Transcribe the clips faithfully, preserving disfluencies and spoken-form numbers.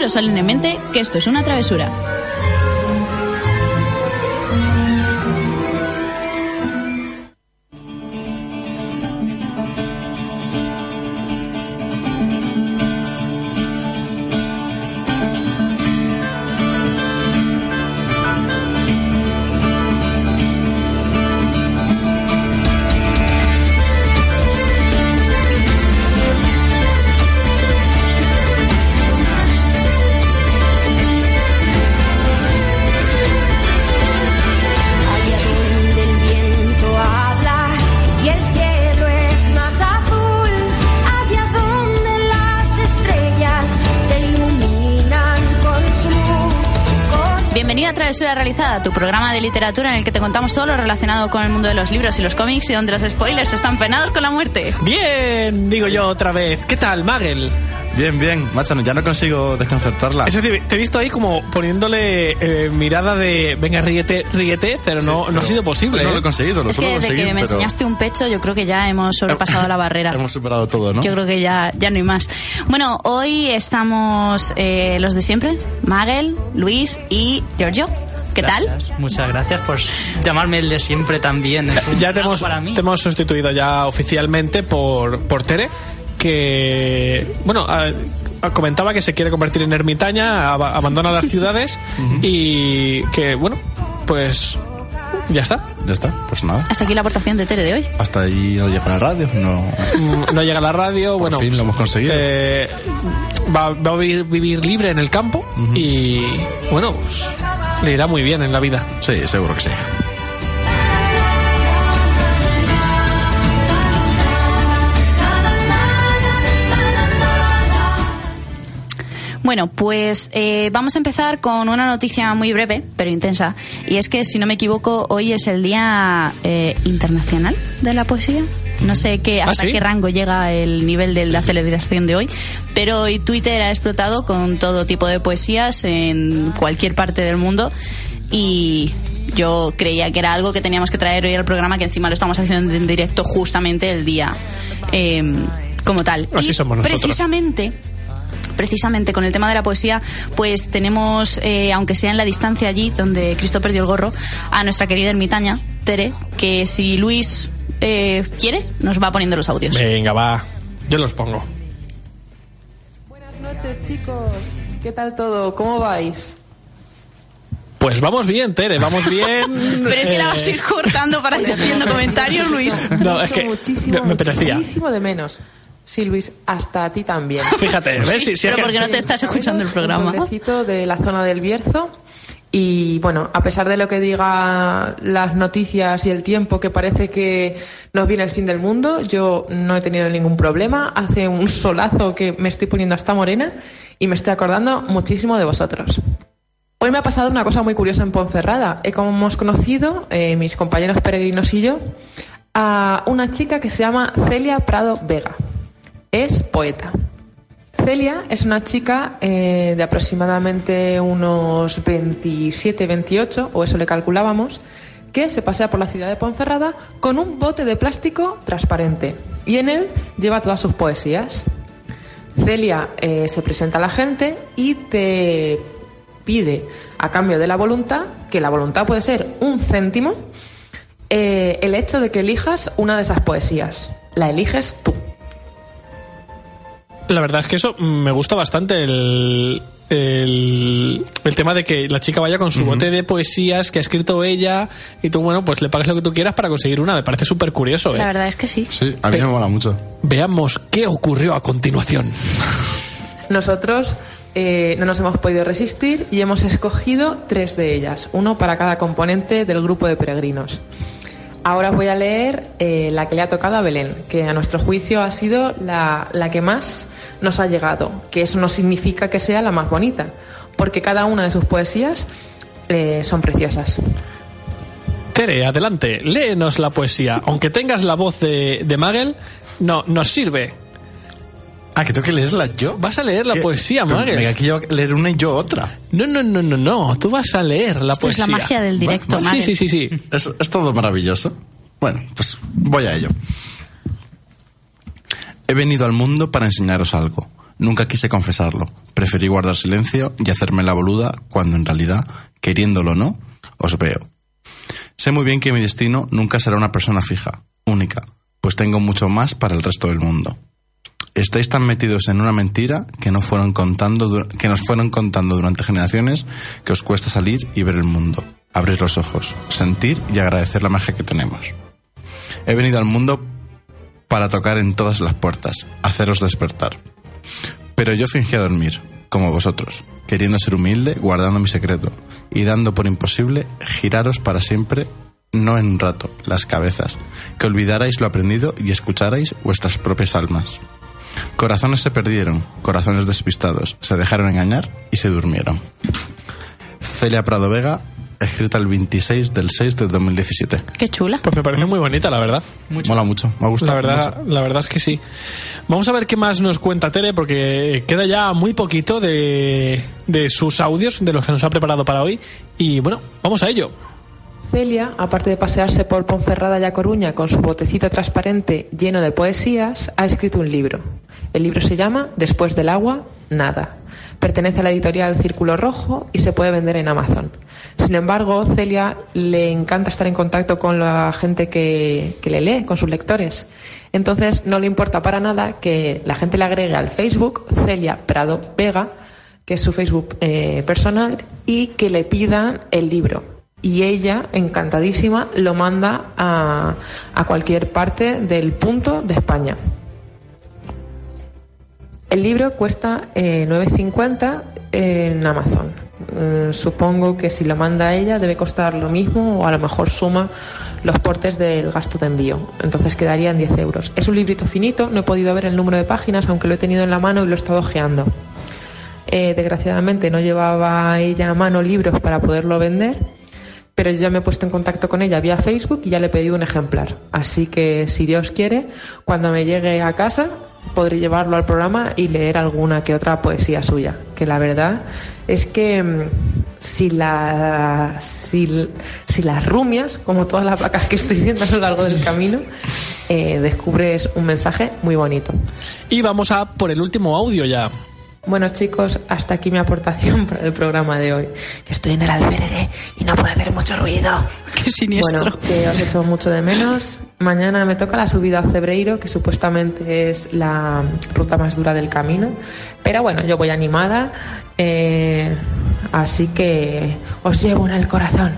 Juro solemnemente que esto es una travesura. Travesura Realizada, tu programa de literatura en el que te contamos todo lo relacionado con el mundo de los libros y los cómics y donde los spoilers están penados con la muerte. Bien, digo yo otra vez. ¿Qué tal, Magel? Bien, bien, macho, ya no consigo desconcertarla. Es decir, te he visto ahí como poniéndole eh, mirada de venga, ríete, ríete, pero no, sí, pero no ha sido posible. No ¿eh? lo he conseguido, lo es suelo que conseguir. Es que de que me pero... enseñaste un pecho, yo creo que ya hemos sobrepasado la barrera. Hemos superado todo, ¿no? Yo creo que ya, ya no hay más. Bueno, hoy estamos eh, los de siempre, Magel, Luis y Giorgio. ¿Qué gracias. tal? Muchas gracias por llamarme el de siempre también. Es un ya te hemos, para mí. te hemos sustituido ya oficialmente por, por Tere, que, bueno, a, a, comentaba que se quiere convertir en ermitaña, a, abandona las ciudades uh-huh. y que, bueno, pues ya está. Ya está, pues nada. Hasta aquí la aportación de Tere de hoy. Hasta ahí no llega la radio, no. No llega la radio, por bueno. Por fin pues, lo hemos conseguido. Eh, va, va a vivir, vivir libre en el campo uh-huh. y, bueno, pues le irá muy bien en la vida. Sí, seguro que sí. Bueno, pues eh, vamos a empezar con una noticia muy breve, pero intensa. Y es que, si no me equivoco, hoy es el Día eh, Internacional de la Poesía. No sé qué, hasta ¿Ah, sí? qué rango llega el nivel de la sí, celebración sí. de hoy. Pero hoy Twitter ha explotado con todo tipo de poesías en cualquier parte del mundo. Y yo creía que era algo que teníamos que traer hoy al programa, que encima lo estamos haciendo en directo justamente el día eh, como tal. Así y somos nosotros. Precisamente... Precisamente con el tema de la poesía, pues tenemos, eh, aunque sea en la distancia allí donde Cristo perdió el gorro, a nuestra querida ermitaña, Tere, que si Luis eh, quiere, nos va poniendo los audios. Venga, va, yo los pongo. Buenas noches, chicos. ¿Qué tal todo? ¿Cómo vais? Pues vamos bien, Tere, vamos bien. Pero es que eh... la vas a ir cortando para ir haciendo comentarios, Luis. No, es que muchísimo, me apetecía. Muchísimo de menos. Sí, Luis, hasta a ti también. Fíjate, ¿ves? Sí, si, si pero es porque que... no te estás escuchando el programa. Un pueblecito de la zona del Bierzo. Y bueno, a pesar de lo que diga las noticias y el tiempo, que parece que nos viene el fin del mundo, yo no he tenido ningún problema. Hace un solazo que me estoy poniendo hasta morena y me estoy acordando muchísimo de vosotros. Hoy me ha pasado una cosa muy curiosa en Ponferrada. Hemos conocido, eh, mis compañeros peregrinos y yo, a una chica que se llama Celia Prado Vega. Es poeta. Celia es una chica eh, de aproximadamente unos veintisiete, veintiocho, o eso le calculábamos, que se pasea por la ciudad de Ponferrada con un bote de plástico transparente y en él lleva todas sus poesías. Celia eh, se presenta a la gente y te pide, a cambio de la voluntad, que la voluntad puede ser un céntimo, eh, el hecho de que elijas una de esas poesías. La eliges tú. La verdad es que eso me gusta bastante, el, el, el tema de que la chica vaya con su uh-huh. bote de poesías que ha escrito ella y tú, bueno, pues le pagues lo que tú quieras para conseguir una. Me parece súper curioso, ¿eh? La verdad es que sí. Sí, a mí Pe- me mola mucho. Veamos qué ocurrió a continuación. Nosotros eh, no nos hemos podido resistir y hemos escogido tres de ellas, uno para cada componente del grupo de peregrinos. Ahora os voy a leer eh, la que le ha tocado a Belén, que a nuestro juicio ha sido la, la que más nos ha llegado, que eso no significa que sea la más bonita, porque cada una de sus poesías eh, son preciosas. Tere, adelante, léenos la poesía. Aunque tengas la voz de, de Magel, no, nos sirve. Ah, ¿que tengo que leerla yo? Vas a leer la ¿Qué? poesía, Magel. Venga, aquí yo leer una y yo otra. No, no, no, no, no. Tú vas a leer la Esto poesía. Es la magia del directo, Magel. Sí, sí, sí, sí. Es, es todo maravilloso. Bueno, pues voy a ello. He venido al mundo para enseñaros algo. Nunca quise confesarlo, Preferí guardar silencio y hacerme la boluda cuando en realidad, queriéndolo o no, os veo. Sé muy bien que mi destino nunca será una persona fija, única, pues tengo mucho más para el resto del mundo. Estáis tan metidos en una mentira que, no fueron contando, que nos fueron contando durante generaciones que os cuesta salir y ver el mundo, abrir los ojos, sentir y agradecer la magia que tenemos. He venido al mundo para tocar en todas las puertas, haceros despertar. Pero yo fingí a dormir, como vosotros, queriendo ser humilde, guardando mi secreto, y dando por imposible giraros para siempre, no en un rato, las cabezas, que olvidarais lo aprendido y escucharais vuestras propias almas. Corazones se perdieron, corazones despistados, se dejaron engañar y se durmieron. Celia Prado Vega, escrita el veintiséis del seis del dos mil diecisiete. Qué chula. Pues me parece muy bonita, la verdad. Mucho. Mola mucho, me ha gustado la verdad, mucho. La verdad es que sí. Vamos a ver qué más nos cuenta Tere, porque queda ya muy poquito de, de sus audios, de los que nos ha preparado para hoy. Y bueno, vamos a ello. Celia, aparte de pasearse por Ponferrada y A Coruña con su botecito transparente lleno de poesías, ha escrito un libro. El libro se llama Después del agua, nada. Pertenece a la editorial Círculo Rojo y se puede vender en Amazon. Sin embargo, Celia le encanta estar en contacto con la gente que, que le lee, con sus lectores. Entonces, no le importa para nada que la gente le agregue al Facebook Celia Prado Vega, que es su Facebook eh, personal, y que le pidan el libro. Y ella, encantadísima, lo manda a, a cualquier parte del punto de España. El libro cuesta eh, nueve cincuenta en Amazon. Eh, supongo que si lo manda ella debe costar lo mismo, o a lo mejor suma los portes del gasto de envío. Entonces quedarían diez euros. Es un librito finito, no he podido ver el número de páginas, aunque lo he tenido en la mano y lo he estado ojeando. Eh, desgraciadamente no llevaba ella a mano libros para poderlo vender, pero yo ya me he puesto en contacto con ella vía Facebook y ya le he pedido un ejemplar. Así que, si Dios quiere, cuando me llegue a casa podré llevarlo al programa y leer alguna que otra poesía suya. Que la verdad es que si, la, si, si las rumias, como todas las vacas que estoy viendo a lo largo del camino, eh, descubres un mensaje muy bonito. Y vamos a por el último audio ya. Bueno, chicos, hasta aquí mi aportación para el programa de hoy. Que estoy en el albergue y no puedo hacer mucho ruido. Qué siniestro. Bueno, que os echo mucho de menos. Mañana me toca la subida a Cebreiro, que supuestamente es la ruta más dura del camino. Pero bueno, yo voy animada. Eh, así que os llevo en el corazón.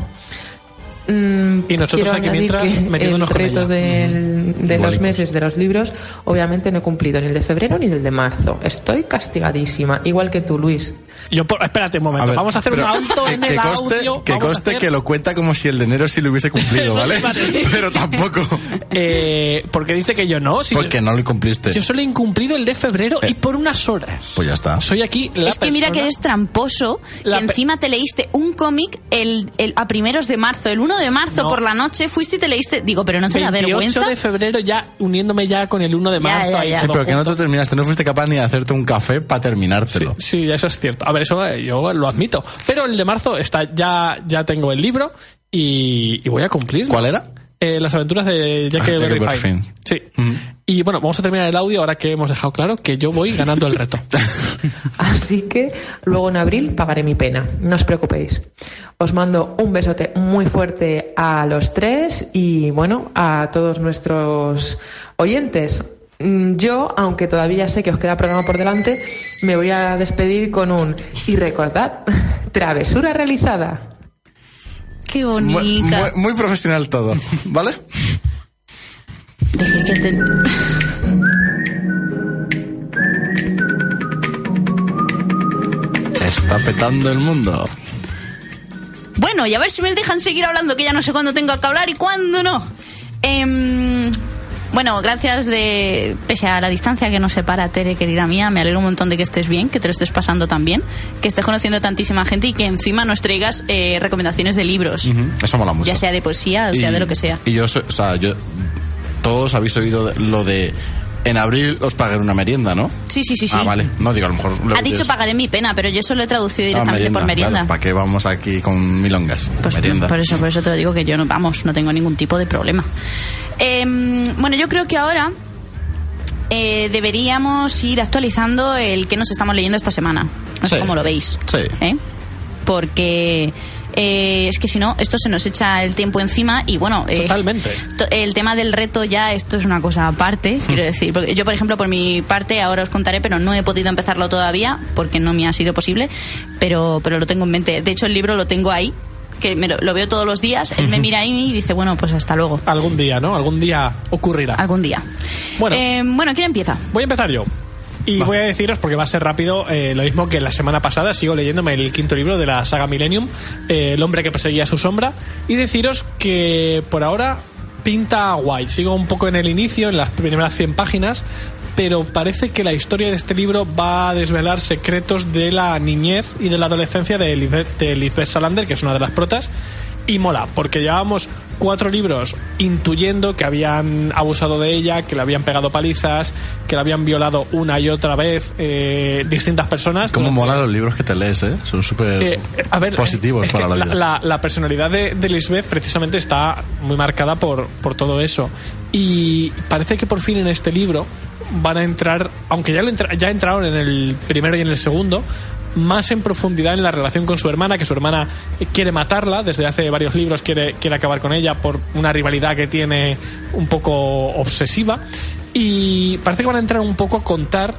Mm, y nosotros aquí mientras metiéndonos con ella. El reto del, de Igual, los meses de los libros, obviamente no he cumplido ni el de febrero ni el de marzo. Estoy castigadísima, igual que tú, Luis. Yo por, espérate un momento, a ver, vamos a hacer un alto que, en que el coste, audio. Que conste hacer... que lo cuenta como si el de enero sí lo hubiese cumplido, ¿vale? Pero tampoco. Eh, porque dice que yo no. Si porque yo, no lo cumpliste. Yo solo he incumplido el de febrero eh, y por unas horas. Pues ya está. Soy aquí la Es que persona... mira que eres tramposo, La que encima te leíste un cómic el, el, a primeros de marzo. El uno de marzo No. por la noche fuiste y te leíste... Digo, pero ¿no te da vergüenza? veintiocho de febrero ya uniéndome ya con el uno de Ya, marzo. ya, ahí ya. Sí, todo pero que no junto. te terminaste, no fuiste capaz ni de hacerte un café para terminártelo. Sí, sí, eso es cierto. A ver, eso eh, yo lo admito. Pero el de marzo está ya, ya tengo el libro y, y voy a cumplirlo. ¿Cuál era? Eh, las aventuras de Huckleberry Huckleberry Finn. Finn. Sí. Mm. Y bueno, vamos a terminar el audio ahora que hemos dejado claro que yo voy ganando el reto. Así que luego en abril pagaré mi pena, no os preocupéis. Os mando un besote muy fuerte a los tres y bueno, a todos nuestros oyentes. Yo, aunque todavía sé que os queda programa por delante, me voy a despedir con un y recordad, travesura realizada. Qué Muy, bonita. muy, muy profesional todo, ¿vale? Dije que te... Está petando el mundo. Bueno, y a ver si me dejan seguir hablando, que ya no sé cuándo tengo que hablar y cuándo no. Eh, bueno, gracias de... Pese a la distancia que nos separa, Tere, querida mía, me alegro un montón de que estés bien, que te lo estés pasando tan bien, que estés conociendo tantísima gente y que encima nos traigas eh, recomendaciones de libros. Uh-huh. Eso mola mucho. Ya sea de poesía o Y- sea de lo que sea. Y yo, soy- o sea, yo... Todos habéis oído de- lo de... En abril os pagaré una merienda, ¿no? Sí, sí, sí, sí. Ah, vale. No, digo, a lo mejor... Ha dicho pagaré mi pena, pero yo eso lo he traducido Ah, directamente por merienda. Claro, ¿para qué vamos aquí con milongas? Pues merienda. por eso, por eso te lo digo que yo no, vamos, no tengo ningún tipo de problema. Eh, bueno, yo creo que ahora eh, deberíamos ir actualizando el que nos estamos leyendo esta semana. No Sí. sé cómo lo veis. Sí. ¿Eh? Porque eh, es que si no, esto se nos echa el tiempo encima y bueno... Eh, Totalmente. to- el tema del reto ya, esto es una cosa aparte, quiero decir. Porque yo, por ejemplo, por mi parte, ahora os contaré, pero no he podido empezarlo todavía porque no me ha sido posible, pero, pero lo tengo en mente. De hecho, el libro lo tengo ahí, que me lo, lo veo todos los días, él me mira ahí y dice, bueno, pues hasta luego. Algún día, ¿no? Algún día ocurrirá. Algún día. Bueno. Eh, bueno, ¿quién empieza? Voy a empezar yo. Y Va. voy a deciros, porque va a ser rápido, eh, lo mismo que la semana pasada, sigo leyéndome el quinto libro de la saga Millennium, eh, El hombre que perseguía su sombra, y deciros que por ahora pinta guay. Sigo un poco en el inicio, en las primeras cien páginas, pero parece que la historia de este libro va a desvelar secretos de la niñez y de la adolescencia de Lisbeth, de Lisbeth Salander, que es una de las protas, y mola, porque llevábamos cuatro libros intuyendo que habían abusado de ella, que le habían pegado palizas, que la habían violado una y otra vez eh, distintas personas. Cómo molan los libros que te lees, ¿eh? Son súper Eh, a ver, positivos es para que la vida. La, la personalidad de, de Lisbeth precisamente está muy marcada por, por todo eso. Y parece que por fin en este libro van a entrar, aunque ya, lo entra, ya entraron en el primero y en el segundo, más en profundidad en la relación con su hermana, que su hermana quiere matarla, desde hace varios libros quiere, quiere acabar con ella por una rivalidad que tiene un poco obsesiva. Y parece que van a entrar un poco a contar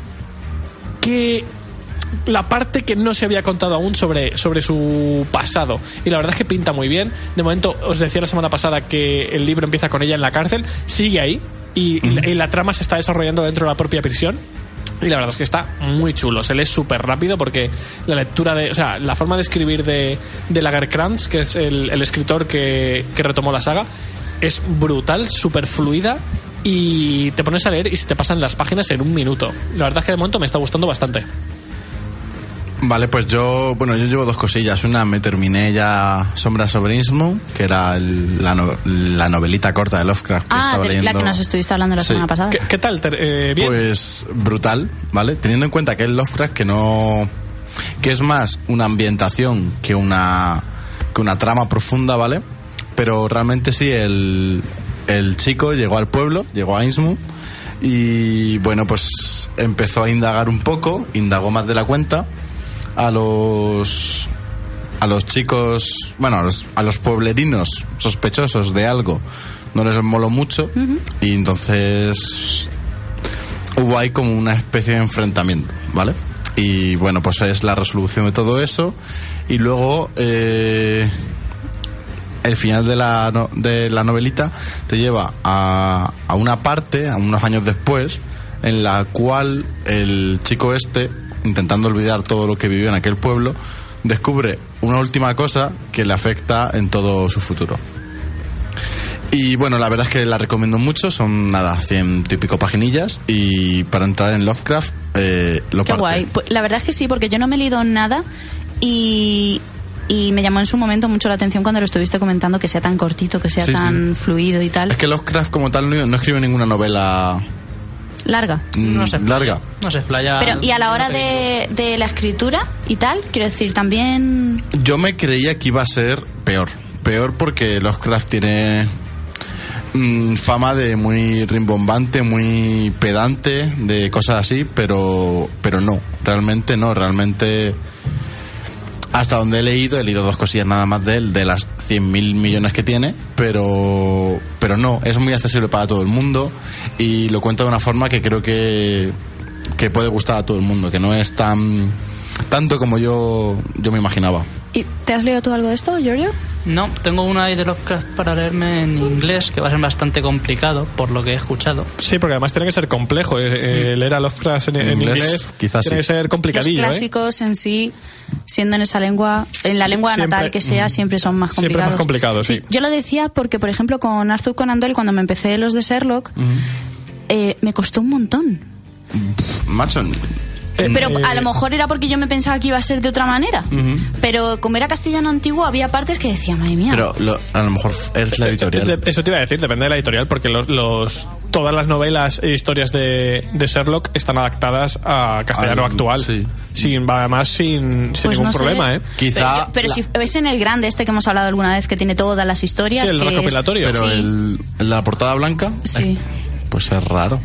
que la parte que no se había contado aún sobre, sobre su pasado, y la verdad es que pinta muy bien. De momento, os decía la semana pasada que el libro empieza con ella en la cárcel, sigue ahí y, y, la, y la trama se está desarrollando dentro de la propia prisión. Y la verdad es que está muy chulo, se lee súper rápido porque la lectura de, o sea, la forma de escribir de, de Lagerkrantz, que es el, el escritor que, que retomó la saga, es brutal, súper fluida, y te pones a leer y se te pasan las páginas en un minuto. La verdad es que de momento me está gustando bastante. Vale, pues yo, bueno, yo llevo dos cosillas. Una, me terminé ya Sombra sobre Innsmouth, que era el- la, no- la novelita corta de Lovecraft que Ah, estaba de- leyendo. la que nos estuviste hablando la Sí. semana pasada. ¿Qué, qué tal? Ter- eh, ¿Bien? Pues brutal, ¿vale? Teniendo en cuenta que es Lovecraft, que no, que es más una ambientación que una, que una trama profunda, ¿vale? Pero realmente sí, el, el chico llegó al pueblo, llegó a Innsmouth, y bueno, pues empezó a indagar un poco, indagó más de la cuenta. A los a los chicos, bueno, a los, a los pueblerinos sospechosos de algo no les moló mucho, uh-huh. Y entonces hubo ahí como una especie de enfrentamiento, ¿vale? Y bueno, pues es la resolución de todo eso. Y luego eh, el final de la, no, de la novelita te lleva a, a una parte, a unos años después, en la cual el chico este, intentando olvidar todo lo que vivió en aquel pueblo, descubre una última cosa que le afecta en todo su futuro. Y bueno, la verdad es que la recomiendo mucho. Son nada, cien típico paginillas, y para entrar en Lovecraft eh, lo Qué parte. guay. Pues la verdad es que sí, porque yo no me he leído nada y, y me llamó en su momento mucho la atención cuando lo estuviste comentando, que sea tan cortito, que sea Sí, tan sí. fluido y tal. Es que Lovecraft como tal no, no escribe ninguna novela Larga. mm, No se larga. No se explaya. Pero, y a la hora no te- de, de la escritura y tal, quiero decir, también... Yo me creía que iba a ser peor. Peor porque Lovecraft tiene mm, fama de muy rimbombante, muy pedante, de cosas así, pero, pero no, realmente no, realmente... Hasta donde he leído, he leído dos cosillas nada más de él, de las cien mil millones que tiene, pero, pero no, es muy accesible para todo el mundo y lo cuenta de una forma que creo que, que puede gustar a todo el mundo, que no es tan tanto como yo, yo me imaginaba. ¿Y te has leído tú algo de esto, Giorgio? No, tengo una ahí de Lovecraft para leerme en inglés, que va a ser bastante complicado, por lo que he escuchado. Sí, porque además tiene que ser complejo. Eh, eh, leer a Lovecraft en, en Inglés, inglés quizás tiene sí. que ser Los complicadillo. ¿eh? clásicos en sí, siendo en esa lengua, en la Sí, lengua siempre- natal que sea, siempre son más siempre complicados. más complicados, sí. Yo lo decía porque, por ejemplo, con Arthur Conan Doyle, cuando me empecé los de Sherlock, eh, me costó un montón. Macho, Pero Eh, a lo mejor era porque yo me pensaba que iba a ser de otra manera. Pero como era castellano antiguo, había partes que decía, madre mía. pero lo- a lo mejor es la editorial. De- Eso te iba a decir, depende de la editorial, porque los, los todas las novelas e historias de, de Sherlock están adaptadas a castellano Al- actual. sí. Sin, además, sin, sin Pues ningún no sé. problema, ¿eh? Quizá Pero, yo- pero si ves en el grande este que hemos hablado alguna vez, que tiene todas las historias. Sí, el que es- recopilatorio. Pero Sí. el, la portada blanca, Sí. pues es raro.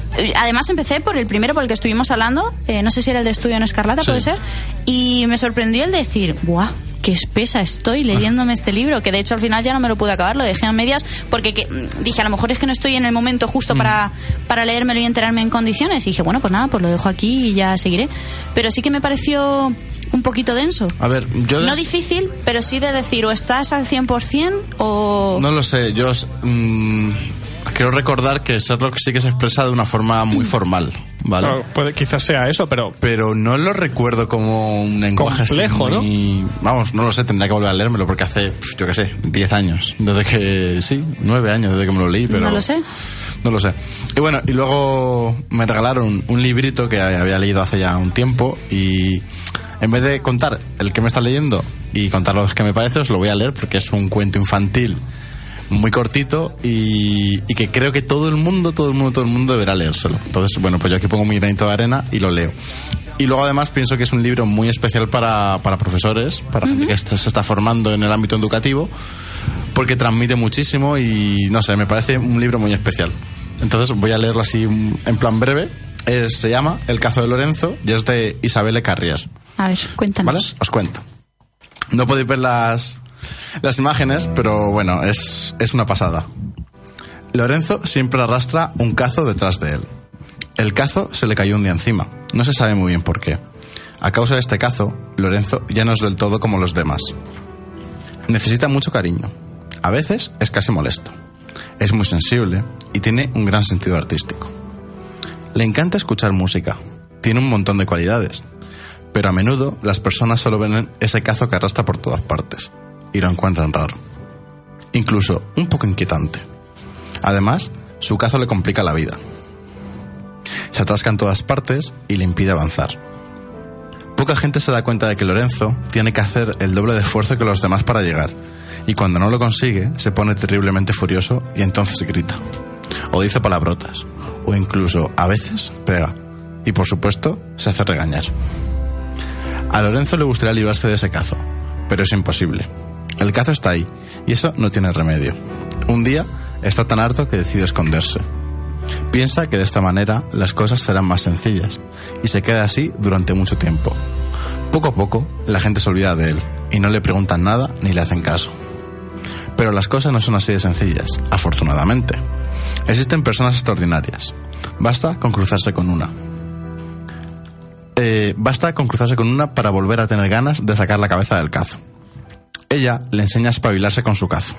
Además empecé por el primero por el que estuvimos hablando, eh, no sé si era el de Estudio en Escarlata, Sí. puede ser, y me sorprendió el decir, ¡buah! Qué espesa estoy leyéndome este libro, que de hecho al final ya no me lo pude acabar, lo dejé a medias porque que, dije, a lo mejor es que no estoy en el momento justo para, para leérmelo y enterarme en condiciones, y dije, bueno, pues nada, pues lo dejo aquí y ya seguiré. Pero sí que me pareció un poquito denso. A ver, yo... No des- difícil, pero sí de decir, o estás al cien por ciento o... No lo sé, yo mm, quiero recordar que Sherlock sí que se expresa de una forma muy formal, ¿vale? Claro, puede, quizás sea eso, pero Pero no lo recuerdo como un lenguaje así Complejo, muy- Vamos, no lo sé, tendría que volver a leérmelo porque hace, pues, yo qué sé, diez años. Desde que, sí, nueve años desde que me lo leí, pero... No lo sé. No lo sé. Y bueno, y luego me regalaron un librito que había leído hace ya un tiempo y en vez de contar el que me está leyendo y contar los que me parece, os lo voy a leer porque es un cuento infantil muy cortito y, y que creo que todo el mundo, todo el mundo, todo el mundo deberá leérselo. Entonces, bueno, pues yo aquí pongo mi granito de arena y lo leo. Y luego además pienso que es un libro muy especial para, para profesores, para gente que est- se está formando en el ámbito educativo, porque transmite muchísimo y no sé, me parece un libro muy especial. Entonces voy a leerlo así en plan breve. Es- se llama El caso de Lorenzo y es de Isabelle Carrier. A ver, cuéntanos. ¿Vale? Os cuento. No podéis ver las, las imágenes, pero bueno, es, es una pasada. Lorenzo siempre arrastra un cazo detrás de él. El cazo se le cayó un día encima. No se sabe muy bien por qué. A causa de este cazo, Lorenzo ya no es del todo como los demás. Necesita mucho cariño. A veces es casi molesto. Es muy sensible y tiene un gran sentido artístico. Le encanta escuchar música. Tiene un montón de cualidades. Pero a menudo las personas solo ven ese cazo que arrastra por todas partes y lo encuentran raro. Incluso un poco inquietante. Además, su cazo le complica la vida. Se atasca en todas partes y le impide avanzar. Poca gente se da cuenta de que Lorenzo tiene que hacer el doble de esfuerzo que los demás para llegar, y cuando no lo consigue se pone terriblemente furioso y entonces grita, o dice palabrotas, o incluso a veces pega, y por supuesto se hace regañar. A Lorenzo le gustaría librarse de ese cazo, pero es imposible. El cazo está ahí, y eso no tiene remedio. Un día está tan harto que decide esconderse. Piensa que de esta manera las cosas serán más sencillas, y se queda así durante mucho tiempo. Poco a poco, la gente se olvida de él, y no le preguntan nada ni le hacen caso. Pero las cosas no son así de sencillas, afortunadamente. Existen personas extraordinarias. Basta con cruzarse con una. Eh, basta con cruzarse con una para volver a tener ganas de sacar la cabeza del cazo. Ella le enseña a espabilarse con su cazo.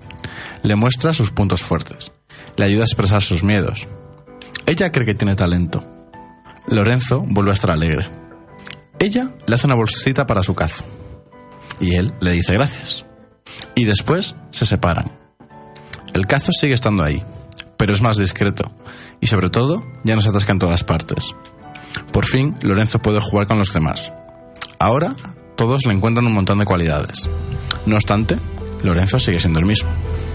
Le muestra sus puntos fuertes. Le ayuda a expresar sus miedos. Ella cree que tiene talento. Lorenzo vuelve a estar alegre. Ella le hace una bolsita para su cazo. Y él le dice gracias. Y después se separan. El cazo sigue estando ahí, pero es más discreto. Y sobre todo, ya no se atasca en todas partes. Por fin, Lorenzo puede jugar con los demás. Ahora, todos le encuentran un montón de cualidades. No obstante, Lorenzo sigue siendo el mismo.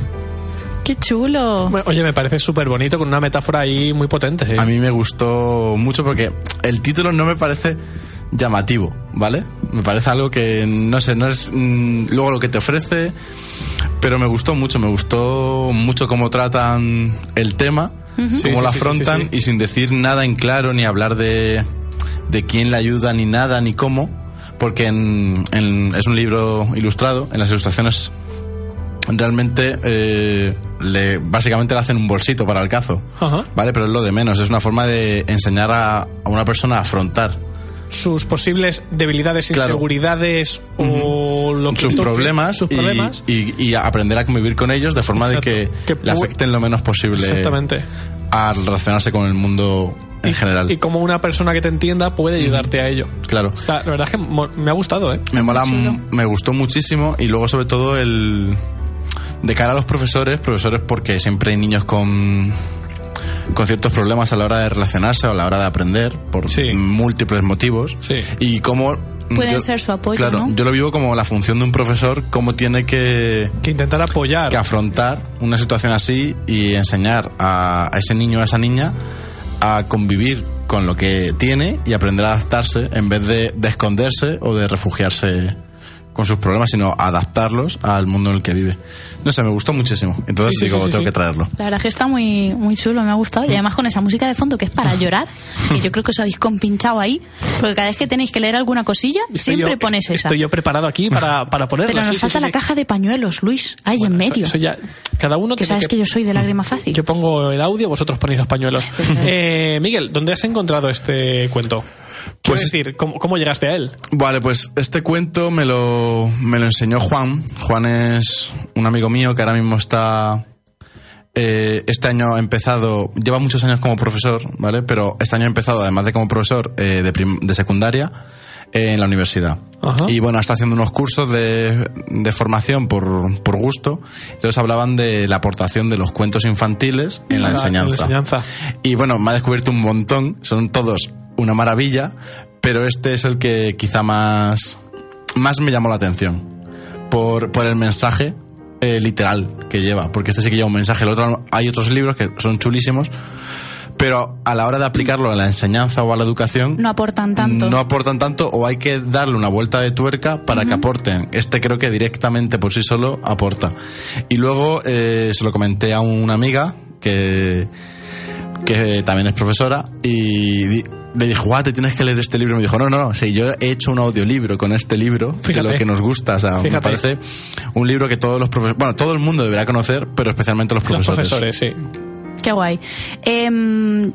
¡Qué chulo! Bueno, oye, me parece súper bonito, con una metáfora ahí muy potente. ¿eh? A mí me gustó mucho porque el título no me parece llamativo, ¿vale? Me parece algo que, no sé, no es mmm, luego lo que te ofrece, pero me gustó mucho, me gustó mucho cómo tratan el tema, Sí, cómo sí, lo sí, sí, afrontan sí, sí. y sin decir nada en claro, ni hablar de, de quién le ayuda, ni nada, ni cómo, porque en, en- es un libro ilustrado, en las ilustraciones realmente eh, le, básicamente le hacen un bolsito para el cazo, Ajá. ¿vale? Pero es lo de menos, es una forma de enseñar a, a una persona a afrontar Sus posibles debilidades, Claro. inseguridades o lo que sus toque, problemas, sus y- problemas. Y, y aprender a convivir con ellos de forma Exacto. de que, Que le pu- afecten lo menos posible Exactamente. a relacionarse con el mundo en general. Y como una persona que te entienda puede ayudarte a ello. Claro. Está- la verdad es que mo- me ha gustado, ¿eh? Me mola, me gustó muchísimo y luego sobre todo el de cara a los profesores, profesores porque siempre hay niños con con ciertos problemas a la hora de relacionarse o a la hora de aprender por Sí. múltiples motivos Sí. y cómo Pueden ser su apoyo, claro, ¿no? yo lo vivo como la función de un profesor, cómo tiene que Que intentar apoyar. que afrontar una situación así y enseñar a, a ese niño o a esa niña a convivir con lo que tiene y aprender a adaptarse en vez de, de esconderse o de refugiarse con sus problemas, sino adaptarlos al mundo en el que vive. No sé, me gustó muchísimo. Entonces Sí, sí, digo, sí, sí, tengo sí. que traerlo. La verdad es que está muy, muy chulo, me ha gustado. Y además con esa música de fondo que es para llorar, que yo creo que os habéis compinchado ahí, porque cada vez que tenéis que leer alguna cosilla, Estoy siempre yo- pones esa. Estoy yo preparado aquí para, para ponerlo. Pero nos sí, sí, falta sí, la sí. caja de pañuelos, Luis, ahí Bueno, en eso- medio. eso ya, cada uno Que tiene sabes que yo soy de lágrima fácil. Yo pongo el audio, vosotros ponéis los pañuelos. eh, Miguel, ¿dónde has encontrado este cuento? Quiero Pues- decir, ¿cómo, ¿cómo llegaste a él? Vale, pues este cuento me lo, me lo enseñó Juan. Juan es un amigo mío que ahora mismo está... eh, este año ha empezado... Lleva muchos años como profesor, ¿vale? Pero este año ha empezado, además de como profesor eh, de, prim- de secundaria, eh, en la universidad. Ajá. Y bueno, está haciendo unos cursos de, de formación por, por gusto. Entonces hablaban de la aportación de los cuentos infantiles en la Ah, en la enseñanza. enseñanza. Y bueno, me ha descubierto un montón. Son todos una maravilla, pero este es el que quizá más, más me llamó la atención. Por, por el mensaje eh, literal que lleva. Porque este sí que lleva un mensaje. El otro, hay otros libros que son chulísimos, pero a la hora de aplicarlo a la enseñanza o a la educación No aportan tanto. no aportan tanto, o hay que darle una vuelta de tuerca para que aporten. Este creo que directamente por sí solo aporta. Y luego eh, se lo comenté a una amiga que, que también es profesora y di- le dije, guau, te tienes que leer este libro. Y me dijo, no, no, sí, yo he hecho un audiolibro con este libro, Fíjate. de lo que nos gusta. O sea, me Fíjate. parece un libro que todos los profesores, bueno, todo el mundo deberá conocer, pero especialmente los Los profesores. profesores, sí. Qué guay. Em,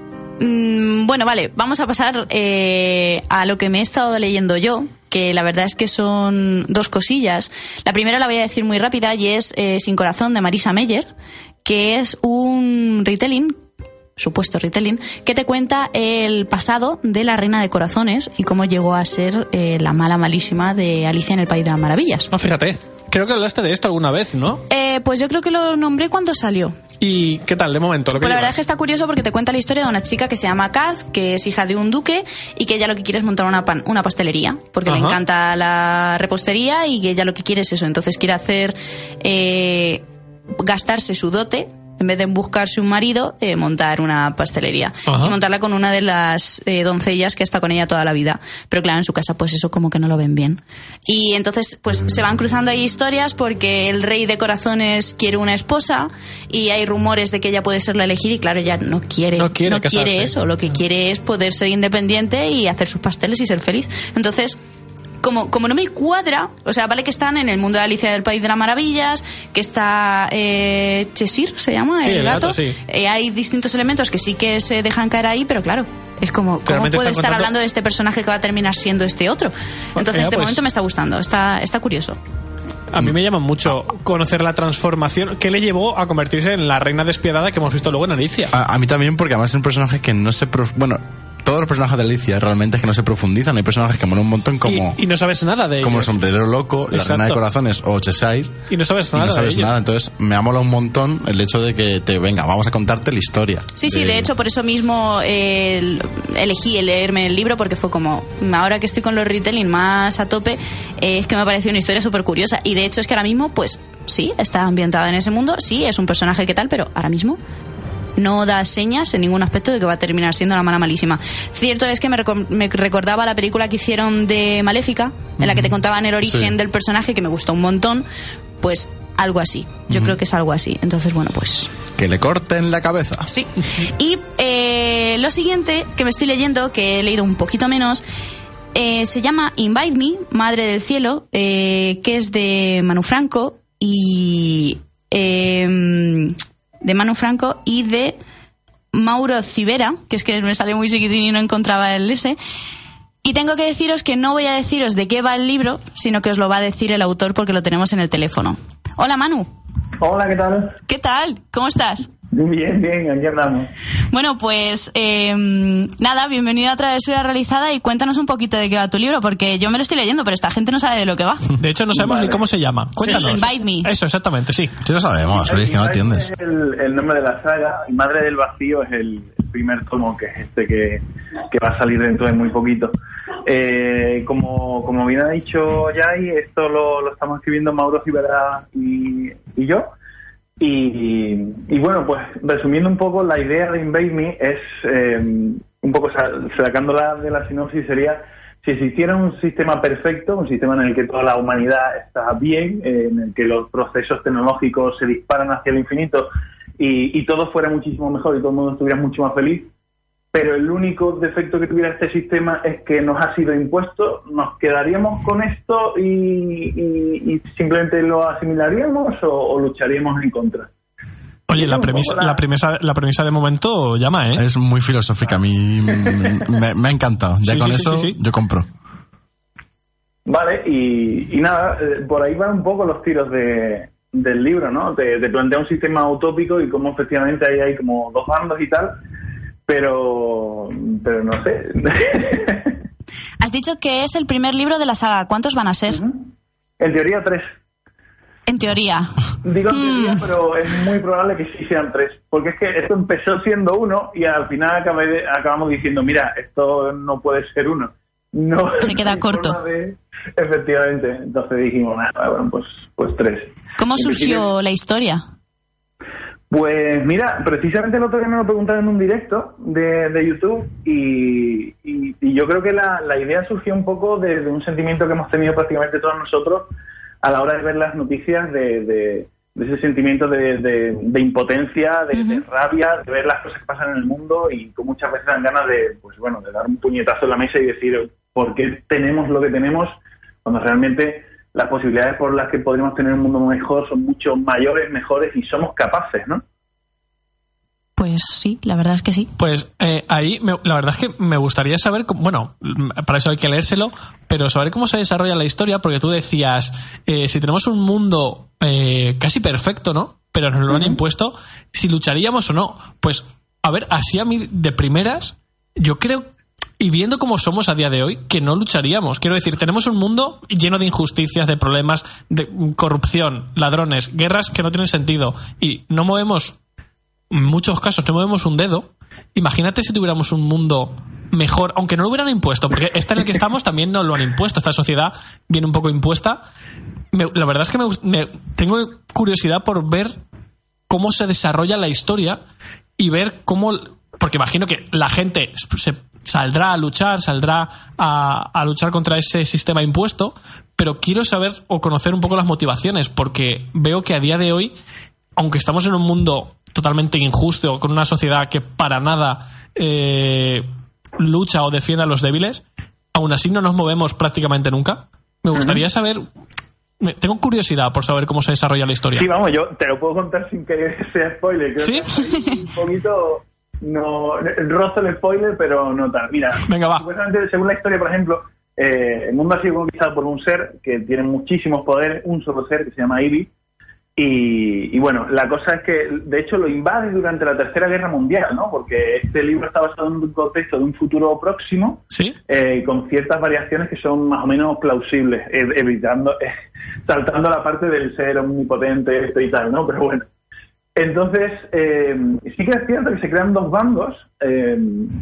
mm, bueno, vale, vamos a pasar eh, a lo que me he estado leyendo yo, que la verdad es que son dos cosillas. La primera la voy a decir muy rápida y es eh, Sin Corazón, de Marisa Meyer, que es un retelling, supuesto retelling, que te cuenta el pasado de la Reina de Corazones y cómo llegó a ser eh, la mala malísima de Alicia en el País de las Maravillas. No, fíjate. Creo que hablaste de esto alguna vez, ¿no? Eh, pues yo creo que lo nombré cuando salió. ¿Y qué tal, de momento? Lo que Pues la verdad llevas? es que está curioso porque te cuenta la historia de una chica que se llama Kaz, que es hija de un duque y que ella lo que quiere es montar una, pan- una pastelería, porque le Ajá. encanta la repostería y que ella lo que quiere es eso. Entonces quiere hacer, eh, gastarse su dote, en vez de buscarse un marido, eh, montar una pastelería. Ajá. Y montarla con una de las eh, doncellas que está con ella toda la vida. Pero claro, en su casa pues eso como que no lo ven bien. Y entonces pues se van cruzando ahí historias porque el rey de corazones quiere una esposa y hay rumores de que ella puede ser la elegida y claro, ella no quiere, No quiere casarse. eso. Lo que quiere es poder ser independiente y hacer sus pasteles y ser feliz. Entonces... Como, como no me cuadra, o sea, vale que están en el mundo de Alicia del País de las Maravillas, que está eh, Cheshire, se llama, Sí, el, el gato. gato, sí. Eh, hay distintos elementos que sí que se dejan caer ahí, pero claro, es como, ¿cómo Realmente puede están estar contando- hablando de este personaje que va a terminar siendo este otro? Entonces, ya, de pues- momento me está gustando, está, está curioso. A mí me llama mucho conocer la transformación que le llevó a convertirse en la reina despiadada que hemos visto luego en Alicia. A, a mí también, porque además es un personaje que no se... prof- Bueno, todos los personajes de Alicia realmente es que no se profundizan. Hay personajes que molan un montón como, y, y no sabes nada de como el ellos. sombrerero loco, la Exacto. reina de corazones o Cheshire. Y no sabes Y nada no sabes de ellos. nada. Entonces me ha molado un montón el hecho de que te venga, vamos a contarte la historia. Sí, sí, de hecho, por eso mismo eh, el- elegí el leerme el libro, porque fue como, ahora que estoy con los retelling más a tope, eh, es que me pareció una historia súper curiosa. Y de hecho es que ahora mismo, pues sí, está ambientada en ese mundo, sí, es un personaje que tal, pero ahora mismo no da señas en ningún aspecto de que va a terminar siendo la mala malísima. Cierto es que me, reco- me recordaba la película que hicieron de Maléfica, en la que te contaban el origen Sí. del personaje, que me gustó un montón, pues algo así. Yo creo que es algo así. Entonces, bueno, pues... Que le corten la cabeza. Sí. Y eh, lo siguiente que me estoy leyendo, que he leído un poquito menos, eh, se llama Invite Me, Madre del Cielo, eh, que es de Manu Franco y... eh, de Manu Franco y de Mauro Civera, que es que me sale muy chiquitín y no encontraba el ese. Y tengo que deciros que no voy a deciros de qué va el libro, sino que os lo va a decir el autor porque lo tenemos en el teléfono. Hola, Manu. Hola, ¿qué tal? ¿Qué tal? ¿Cómo estás? Bien, bien, aquí andamos. Bueno, pues eh, nada, bienvenido a Travesura Realizada y cuéntanos un poquito de qué va tu libro, porque yo me lo estoy leyendo, pero esta gente no sabe de lo que va. De hecho, no sabemos Vale. ni cómo se llama. Cuéntanos. Invite Me. Eso, exactamente, sí. Sí lo sabemos, Luis, que no atiendes. Es el, el nombre de la saga. Y Madre del Vacío es el, el primer tomo, que es este que, que va a salir dentro de muy poquito. Eh, como, como bien ha dicho Yai, esto lo, lo estamos escribiendo Mauro Civera y, y yo. Y, y bueno, pues resumiendo un poco, la idea de Invade Me es, eh, un poco sa- sacándola de la sinopsis, sería si existiera un sistema perfecto, un sistema en el que toda la humanidad está bien, eh, en el que los procesos tecnológicos se disparan hacia el infinito y, y todo fuera muchísimo mejor y todo el mundo estuviera mucho más feliz, pero el único defecto que tuviera este sistema es que nos ha sido impuesto, ¿nos quedaríamos con esto y, y, y simplemente lo asimilaríamos o, o lucharíamos en contra? Oye, la premisa, la premisa, la premisa de momento llama, ¿eh? Es muy filosófica, a mí me, me ha encantado. Ya sí, con sí, eso sí, sí. yo compro. Vale, y, y nada, por ahí van un poco los tiros de, del libro, ¿no? Te, te plantea un sistema utópico y cómo efectivamente ahí hay como dos bandos y tal, pero, pero no sé. Has dicho que es el primer libro de la saga. ¿Cuántos van a ser? Uh-huh. En teoría tres. En teoría. Digo en teoría, mm. pero es muy probable que sí sean tres. Porque es que esto empezó siendo uno y al final acabé, acabamos diciendo, mira, esto no puede ser uno. No, se queda no corto. De... Efectivamente. Entonces dijimos, ah, bueno, pues, pues tres. ¿Cómo surgió la historia? Pues mira, precisamente el otro día me lo preguntaron en un directo de, de YouTube y, y, y yo creo que la, la idea surgió un poco de, de un sentimiento que hemos tenido prácticamente todos nosotros a la hora de ver las noticias, de, de, de ese sentimiento de, de, de impotencia, de, uh-huh. de rabia, de ver las cosas que pasan en el mundo y que muchas veces dan ganas de, pues bueno, de dar un puñetazo en la mesa y decir por qué tenemos lo que tenemos cuando realmente las posibilidades por las que podríamos tener un mundo mejor son mucho mayores, mejores y somos capaces, ¿no? Pues sí, la verdad es que sí. Pues eh, ahí, me, la verdad es que me gustaría saber, cómo, bueno, para eso hay que leérselo, pero saber cómo se desarrolla la historia, porque tú decías, eh, si tenemos un mundo eh, casi perfecto, ¿no? Pero nos lo han uh-huh. impuesto, si lucharíamos o no. Pues, a ver, así a mí de primeras, yo creo, y viendo cómo somos a día de hoy, que no lucharíamos. Quiero decir, tenemos un mundo lleno de injusticias, de problemas, de corrupción, ladrones, guerras que no tienen sentido, y no movemos... en muchos casos no movemos un dedo. Imagínate si tuviéramos un mundo mejor, aunque no lo hubieran impuesto, porque este en el que estamos también nos lo han impuesto. Esta sociedad viene un poco impuesta. Me, la verdad es que me, me tengo curiosidad por ver cómo se desarrolla la historia y ver cómo, porque imagino que la gente se saldrá a luchar, saldrá a, a luchar contra ese sistema impuesto, pero quiero saber o conocer un poco las motivaciones, porque veo que a día de hoy, aunque estamos en un mundo totalmente injusto, con una sociedad que para nada eh, lucha o defiende a los débiles, aún así no nos movemos prácticamente nunca. Me gustaría saber, tengo curiosidad por saber cómo se desarrolla la historia. Sí, vamos, yo te lo puedo contar sin que sea spoiler. Creo ¿Sí? Que un poquito, no, rozo el spoiler, pero no tal. Mira, venga, va. Supuestamente, según la historia, por ejemplo, eh, el mundo ha sido conquistado por un ser que tiene muchísimos poderes, un solo ser que se llama Ivy. Y, y bueno, la cosa es que, de hecho, lo invade durante la Tercera Guerra Mundial, ¿no? Porque este libro está basado en un contexto de un futuro próximo, ¿sí? eh, con ciertas variaciones que son más o menos plausibles, evitando, eh, saltando la parte del ser omnipotente este y tal, ¿no? Pero bueno. Entonces, eh, sí que es cierto que se crean dos bandos, eh,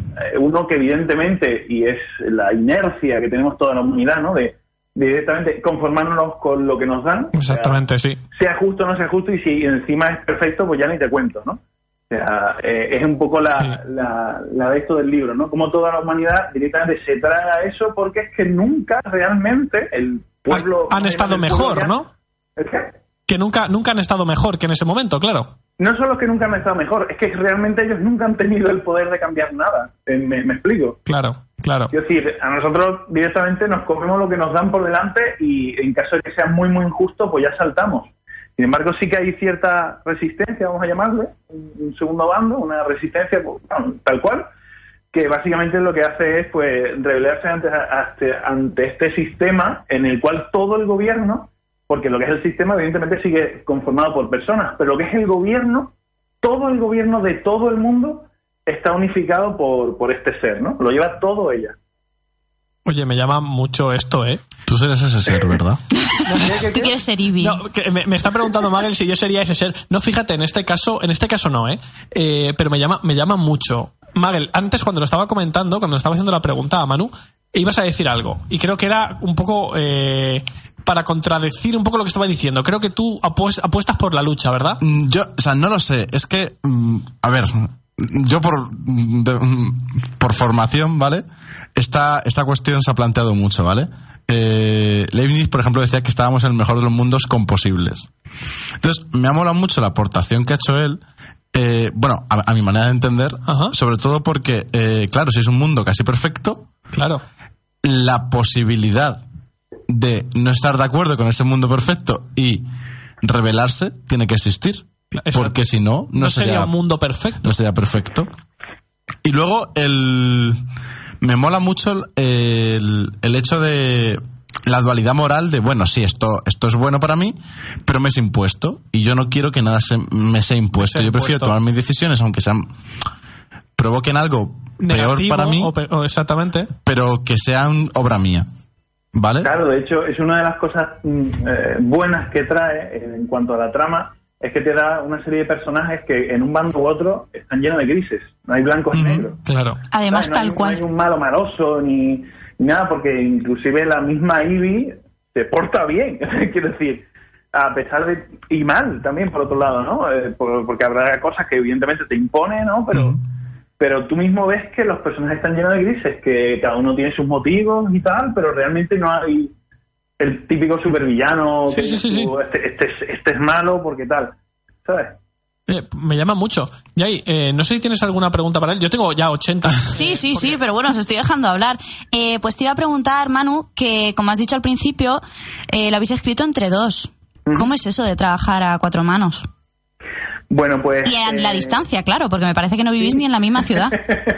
uno que evidentemente, y es la inercia que tenemos toda la humanidad, ¿no? De directamente conformándonos con lo que nos dan. Exactamente, o sea, sí. Sea justo o no sea justo, y si encima es perfecto, pues ya ni te cuento, ¿no? O sea, eh, es un poco la, sí. la, la de esto del libro, ¿no? Como toda la humanidad directamente se traga eso, porque es que nunca realmente el pueblo... Han, han estado mejor, ya, ¿no? ¿Es que? Que nunca, nunca han estado mejor que en ese momento, claro. No solo que nunca han estado mejor, es que realmente ellos nunca han tenido el poder de cambiar nada. Eh, ¿Me, me explico? Claro, claro. Es decir, a nosotros directamente nos comemos lo que nos dan por delante y en caso de que sea muy, muy injusto, pues ya saltamos. Sin embargo, sí que hay cierta resistencia, vamos a llamarle, un segundo bando, una resistencia, pues, bueno, tal cual, que básicamente lo que hace es pues rebelarse ante, ante, ante este sistema en el cual todo el gobierno, porque lo que es el sistema evidentemente sigue conformado por personas, pero lo que es el gobierno, todo el gobierno de todo el mundo está unificado por, por este ser, ¿no? Lo lleva todo ella. Oye, me llama mucho esto, ¿eh? Tú eres ese ser, ¿verdad? Tú quieres ser Ivy. No, que me, me está preguntando Magel si yo sería ese ser. No, fíjate, en este caso, en este caso no, ¿eh? eh pero me llama, me llama mucho. Magel, antes cuando lo estaba comentando, cuando le estaba haciendo la pregunta a Manu, ibas a decir algo. Y creo que era un poco eh, para contradecir un poco lo que estaba diciendo. Creo que tú apuestas por la lucha, ¿verdad? Yo, o sea, no lo sé. Es que, a ver, yo por, de, por formación, ¿vale? Esta, esta cuestión se ha planteado mucho, ¿vale? Eh, Leibniz, por ejemplo, decía que estábamos en el mejor de los mundos composibles. Entonces, me ha molado mucho la aportación que ha hecho él, eh, bueno, a, a mi manera de entender, Ajá. sobre todo porque, eh, claro, si es un mundo casi perfecto, claro, la posibilidad de no estar de acuerdo con ese mundo perfecto y rebelarse tiene que existir. Eso, porque si no, no, no sería, sería un mundo perfecto. No sería perfecto. Y luego, el me mola mucho el, el hecho de la dualidad moral de, bueno, sí, esto, esto es bueno para mí, pero me es impuesto. Y yo no quiero que nada se, me sea impuesto. Yo prefiero tomar mis decisiones, aunque sean provoquen algo negativo, peor para mí, o pe- o exactamente, pero que sean obra mía. ¿Vale? Claro, de hecho, es una de las cosas eh, buenas que trae eh, en cuanto a la trama, es que te da una serie de personajes que en un bando u otro están llenos de grises, no hay blancos y mm, negros. Claro. Además, no tal hay, cual. No hay un malo maloso ni, ni nada, porque inclusive la misma Ivy se porta bien, quiero decir, a pesar de... y mal también, por otro lado, ¿no? Eh, por, porque habrá cosas que evidentemente te imponen, ¿no? Pero... Mm. Pero tú mismo ves que los personajes están llenos de grises, que cada uno tiene sus motivos y tal, pero realmente no hay el típico supervillano sí, que sí, sí, sí. Este, este, es, este es malo porque tal, ¿sabes? Eh, me llama mucho. Yay, eh, no sé si tienes alguna pregunta para él. Yo tengo ya ochenta. Sí, sí, sí, pero bueno, os estoy dejando hablar. Eh, pues te iba a preguntar, Manu, que como has dicho al principio, eh, lo habéis escrito entre dos. ¿Mm? ¿Cómo es eso de trabajar a cuatro manos? Bueno, pues... Y en eh... la distancia, claro, porque me parece que no vivís ¿sí? ni en la misma ciudad.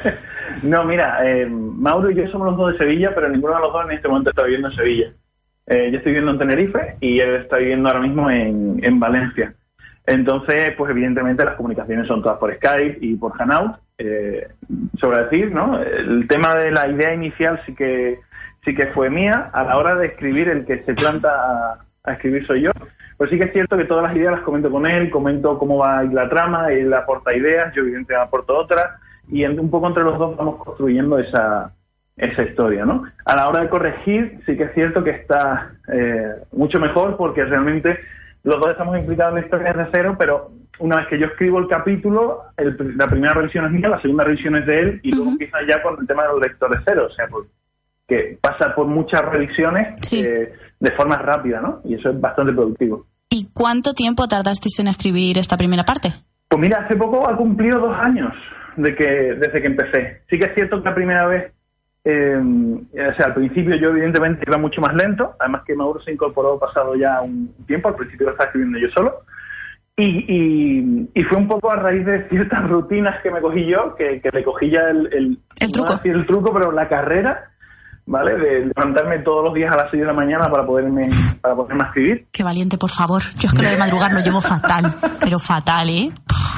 No, mira, eh, Mauro y yo somos los dos de Sevilla, pero ninguno de los dos en este momento está viviendo en Sevilla. Eh, yo estoy viviendo en Tenerife y él está viviendo ahora mismo en, en Valencia. Entonces, pues evidentemente las comunicaciones son todas por Skype y por Hangout. Eh, sobre decir, ¿no? El tema de la idea inicial sí que sí que fue mía. A la hora de escribir, el que se planta a, a escribir soy yo. Pues sí que es cierto que todas las ideas las comento con él, comento cómo va a ir la trama, él aporta ideas, yo evidentemente aporto otras, y un poco entre los dos vamos construyendo esa, esa historia, ¿no? A la hora de corregir, sí que es cierto que está eh, mucho mejor, porque realmente los dos estamos implicados en la historia desde cero, pero una vez que yo escribo el capítulo, el, la primera revisión es mía, la segunda revisión es de él, y uh-huh. luego empieza ya con el tema de los lectores cero, o sea, pues, que pasa por muchas revisiones sí. eh, de forma rápida, ¿no? Y eso es bastante productivo. ¿Y cuánto tiempo tardasteis en escribir esta primera parte? Pues mira, hace poco ha cumplido dos años de que desde que empecé. Sí que es cierto que la primera vez, eh, o sea, al principio yo evidentemente iba mucho más lento, además que Mauro se incorporó pasado ya un tiempo, al principio lo estaba escribiendo yo solo, y, y, y fue un poco a raíz de ciertas rutinas que me cogí yo, que, que le cogí ya el, el, el truco, no decir el truco, pero la carrera, ¿vale? De levantarme todos los días a las seis de la mañana para poderme para poderme escribir. Qué valiente, por favor. Yo es que lo de madrugar lo llevo fatal, pero fatal, ¿eh?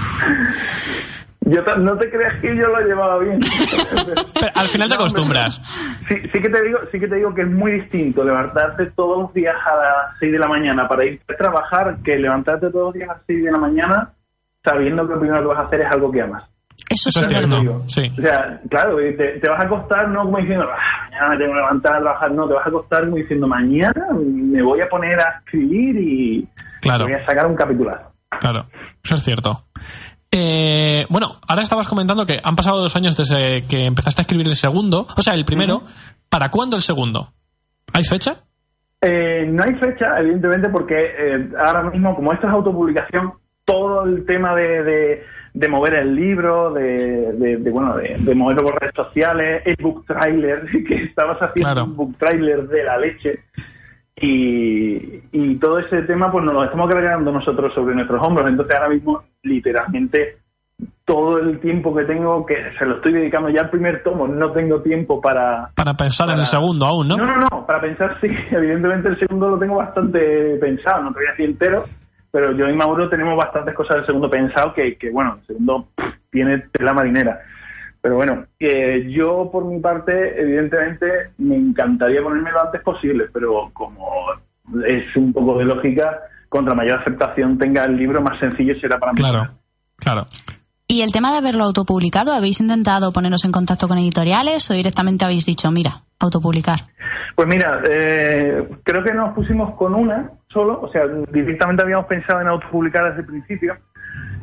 Yo no te creas que yo lo llevaba bien. Pero al final te no, acostumbras. Sí, sí que te digo, sí que te digo que es muy distinto levantarte todos los días a las seis de la mañana para ir a trabajar que levantarte todos los días a las seis de la mañana sabiendo que lo primero que vas a hacer es algo que amas. Eso, Eso es cierto, sí. O sea, claro, te, te vas a acostar no como diciendo, ah, mañana me tengo que levantar a trabajar, no, te vas a acostar como diciendo, mañana me voy a poner a escribir y claro. voy a sacar un capitulazo. Claro, eso es cierto. Eh, bueno, ahora estabas comentando que han pasado dos años desde que empezaste a escribir el segundo, o sea, el primero. Uh-huh. ¿Para cuándo el segundo? ¿Hay fecha? Eh, no hay fecha, evidentemente, porque eh, ahora mismo, como esto es autopublicación, todo el tema de... de de mover el libro, de, de, de bueno, de, de moverlo por redes sociales, el book trailer, que estabas haciendo claro. un book trailer de la leche, y, y todo ese tema pues nos lo estamos cargando nosotros sobre nuestros hombros. Entonces ahora mismo, literalmente, todo el tiempo que tengo, que se lo estoy dedicando ya al primer tomo, no tengo tiempo para... Para pensar para... en el segundo aún, ¿no? No, no, no, para pensar sí, evidentemente el segundo lo tengo bastante pensado, no te voy a decir entero, pero yo y Mauro tenemos bastantes cosas del segundo pensado que, que bueno, el segundo pff, tiene tela marinera. Pero bueno, eh, yo por mi parte, evidentemente, me encantaría ponerme lo antes posible, pero como es un poco de lógica, contra mayor aceptación tenga el libro, más sencillo será para mí. Claro, claro. ¿Y el tema de haberlo autopublicado, habéis intentado poneros en contacto con editoriales o directamente habéis dicho, mira, autopublicar? Pues mira, eh, creo que nos pusimos con una solo, o sea, directamente habíamos pensado en autopublicar desde el principio,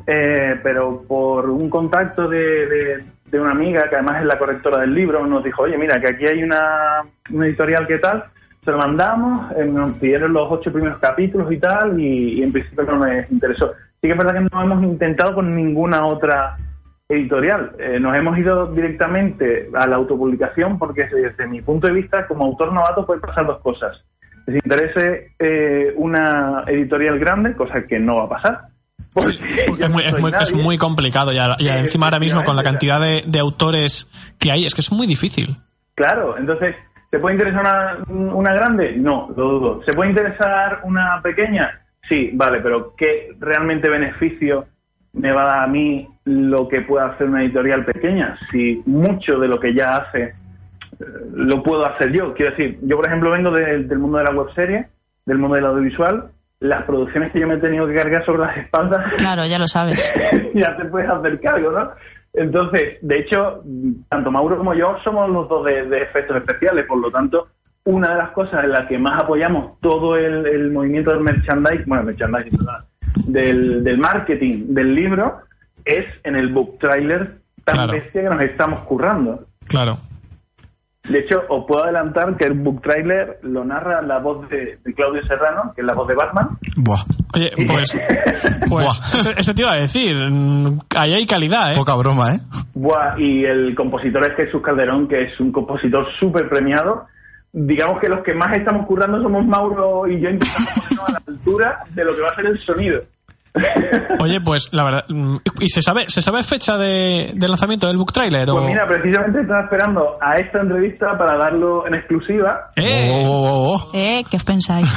eh, pero por un contacto de, de, de una amiga, que además es la correctora del libro, nos dijo, oye, mira, que aquí hay una, una editorial que tal, se lo mandamos, eh, nos pidieron los ocho primeros capítulos y tal, y, y en principio no nos interesó. Sí que es verdad que no hemos intentado con ninguna otra editorial. Eh, nos hemos ido directamente a la autopublicación porque desde mi punto de vista, como autor novato, pueden pasar dos cosas. Que se interese eh, una editorial grande, cosa que no va a pasar. Es muy, es, muy, es muy complicado y, y eh, encima ahora mismo con la cantidad de, de autores que hay, es que es muy difícil. Claro, entonces, ¿se puede interesar una, una grande? No, lo dudo. ¿Se puede interesar una pequeña? Sí, vale, pero ¿qué realmente beneficio me va a dar a mí lo que pueda hacer una editorial pequeña? Si mucho de lo que ya hace eh, lo puedo hacer yo. Quiero decir, yo por ejemplo vengo de, del mundo de la webserie, del mundo del audiovisual. Las producciones que yo me he tenido que cargar sobre las espaldas... Claro, ya lo sabes. Ya te puedes hacer cargo, ¿no? Entonces, de hecho, tanto Mauro como yo somos los dos de, de efectos especiales, por lo tanto, una de las cosas en las que más apoyamos todo el, el movimiento del merchandising, bueno, merchandising, perdón, del, del marketing del libro, es en el book trailer tan claro. bestia que nos estamos currando. Claro. De hecho, os puedo adelantar que el book trailer lo narra la voz de, de Claudio Serrano, que es la voz de Batman. Buah. Oye, pues, pues eso, eso te iba a decir. Ahí hay calidad, ¿eh? Poca broma, ¿eh? Buah, y el compositor es Jesús Calderón, que es un compositor súper premiado. Digamos que los que más estamos currando somos Mauro y yo, intentando ponernos a la altura de lo que va a ser el sonido. Oye, pues la verdad, ¿y se sabe se sabe fecha de, de lanzamiento del book trailer? Pues o... mira, precisamente estaba esperando a esta entrevista para darlo en exclusiva. ¡Eh! Oh, oh, oh. ¿Eh? ¿Qué os pensáis?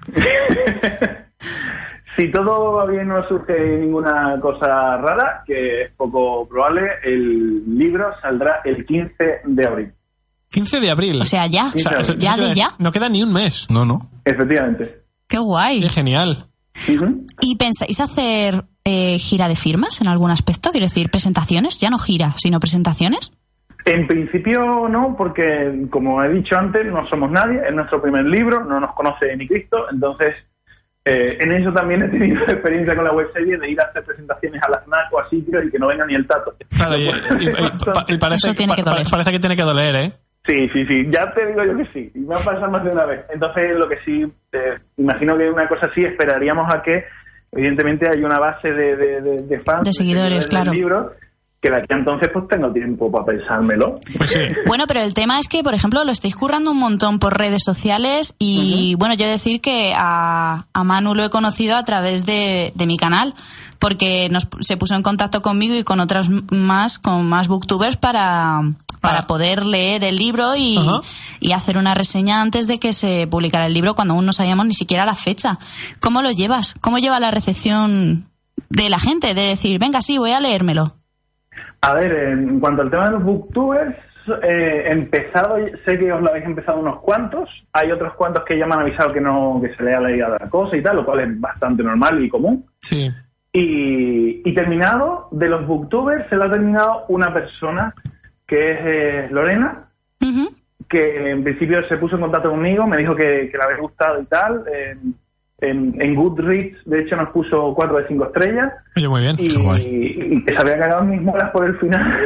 Si todo va bien, no surge ninguna cosa rara, que es poco probable, el libro saldrá el quince de abril. quince de abril. O sea, ya. O sea, eso- ya eso de es- ya. No queda ni un mes. No, no. Efectivamente. Qué guay. Qué genial. Uh-huh. ¿Y pensáis hacer eh, gira de firmas en algún aspecto? Quiero decir, presentaciones, ya no gira, sino presentaciones. En principio no, porque como he dicho antes, no somos nadie, es nuestro primer libro, no nos conoce ni Cristo, entonces eh, en eso también he tenido experiencia con la webserie de ir a hacer presentaciones a la FNAC o a sitios y que no venga ni el tato. Claro, y, y- y- pa- y parece, Eso tiene que pa- doler. parece que tiene que doler, ¿eh? Sí, sí, sí, ya te digo yo que sí, y me ha pasado más de una vez. Entonces lo que sí, eh, imagino que una cosa así, esperaríamos a que evidentemente hay una base de, de, de, de fans, De seguidores, del claro. libro, que de aquí a entonces pues tengo tiempo para pensármelo. Pues sí. Bueno, pero el tema es que, por ejemplo, lo estáis currando un montón por redes sociales y, bueno, yo decir que a, a Manu lo he conocido a través de, de mi canal, porque nos, se puso en contacto conmigo y con otras más, con más booktubers para, para Ah. poder leer el libro y, Ajá. y hacer una reseña antes de que se publicara el libro, cuando aún no sabíamos ni siquiera la fecha. ¿Cómo lo llevas? ¿Cómo lleva la recepción de la gente? De decir, venga, sí, voy a leérmelo. A ver, en cuanto al tema de los booktubers, eh, empezado, sé que os lo habéis empezado unos cuantos, hay otros cuantos que ya me han avisado que no, que se le ha leído la cosa y tal, lo cual es bastante normal y común. Sí. Y, y terminado, de los booktubers se lo ha terminado una persona que es eh, Lorena, Ujú. que en principio se puso en contacto conmigo, me dijo que, que le había gustado y tal. En, en, en Goodreads, de hecho, nos puso cuatro de cinco estrellas. Oye, muy bien. Y, Qué guay. y que se había cagado en mis molas por el final.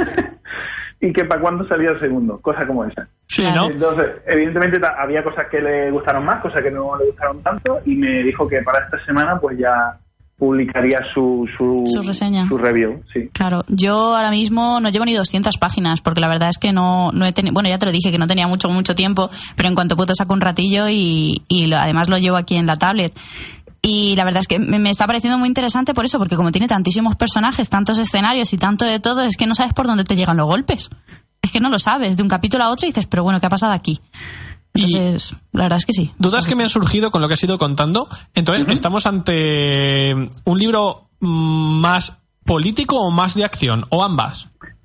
Y que para cuándo salía el segundo, cosa como esa. Sí, Claro. ¿no? Entonces, evidentemente ta- había cosas que le gustaron más, cosas que no le gustaron tanto, y me dijo que para esta semana pues ya publicaría su su, Su reseña. su review, sí. Claro, yo ahora mismo no llevo ni doscientas páginas, porque la verdad es que no, no he tenido, bueno, ya te lo dije, que no tenía mucho, mucho tiempo, pero en cuanto puedo saco un ratillo y, y lo- además lo llevo aquí en la tablet. Y la verdad es que me, me está pareciendo muy interesante por eso, porque como tiene tantísimos personajes, tantos escenarios y tanto de todo, es que no sabes por dónde te llegan los golpes. Es que no lo sabes, de un capítulo a otro y dices, pero bueno, ¿qué ha pasado aquí? Entonces, la verdad es que sí. Dudas que me han surgido con lo que has ido contando. Entonces, ¿estamos ante un libro mm, más político o más de acción? ¿O ambas?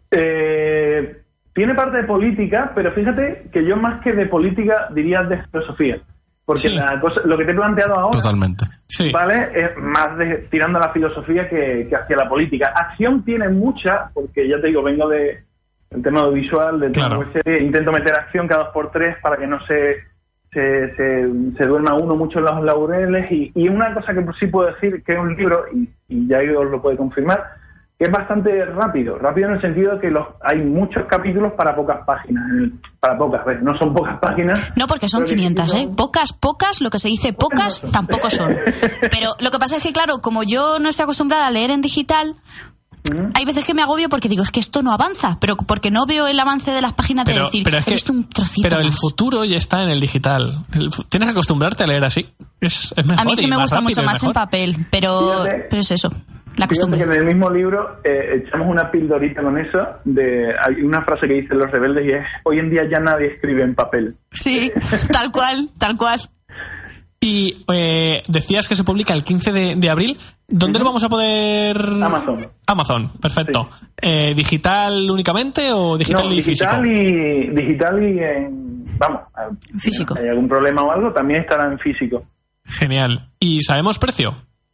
Eh, tiene parte de política, pero fíjate que yo más que de política diría de filosofía. Porque Sí. la cosa, lo que te he planteado ahora, Totalmente. Sí. ¿vale? Es más de, tirando a la filosofía que, que hacia la política. Acción tiene mucha, porque ya te digo, vengo de el tema audiovisual, del tema Claro. web serie, intento meter acción cada dos por tres para que no se, se, se, se duerma uno mucho en los laureles y, y una cosa que sí puedo decir que es un libro, y, y ya os lo puede confirmar, que es bastante rápido, rápido en el sentido de que los, hay muchos capítulos para pocas páginas, para pocas, ¿ves? No son pocas páginas. No, porque son quinientas, ¿eh? Pocas, pocas, lo que se dice pocas, no tampoco son. Pero lo que pasa es que, claro, como yo no estoy acostumbrada a leer en digital, ¿Mm? hay veces que me agobio porque digo, es que esto no avanza, pero porque no veo el avance de las páginas de pero, decir, pero es que, he visto un trocito Pero el más. futuro ya está en el digital. El, tienes que acostumbrarte a leer así. Es, es mejor. A mí es que me gusta mucho más en papel, pero, Fíjate, pero es eso. La costumbre. Fíjate que en el mismo libro eh, echamos una pildorita con eso. De, hay una frase que dicen Los Rebeldes y es: hoy en día ya nadie escribe en papel. Sí, tal cual, tal cual. Y eh, decías que se publica el quince de abril. ¿Dónde uh-huh. lo vamos a poder...? Amazon. Amazon, perfecto. Sí. Eh, ¿Digital únicamente o digital no, y digital físico? Y, digital y en... Vamos, físico. Si hay algún problema o algo, también estará en físico. Genial. ¿Y sabemos precio?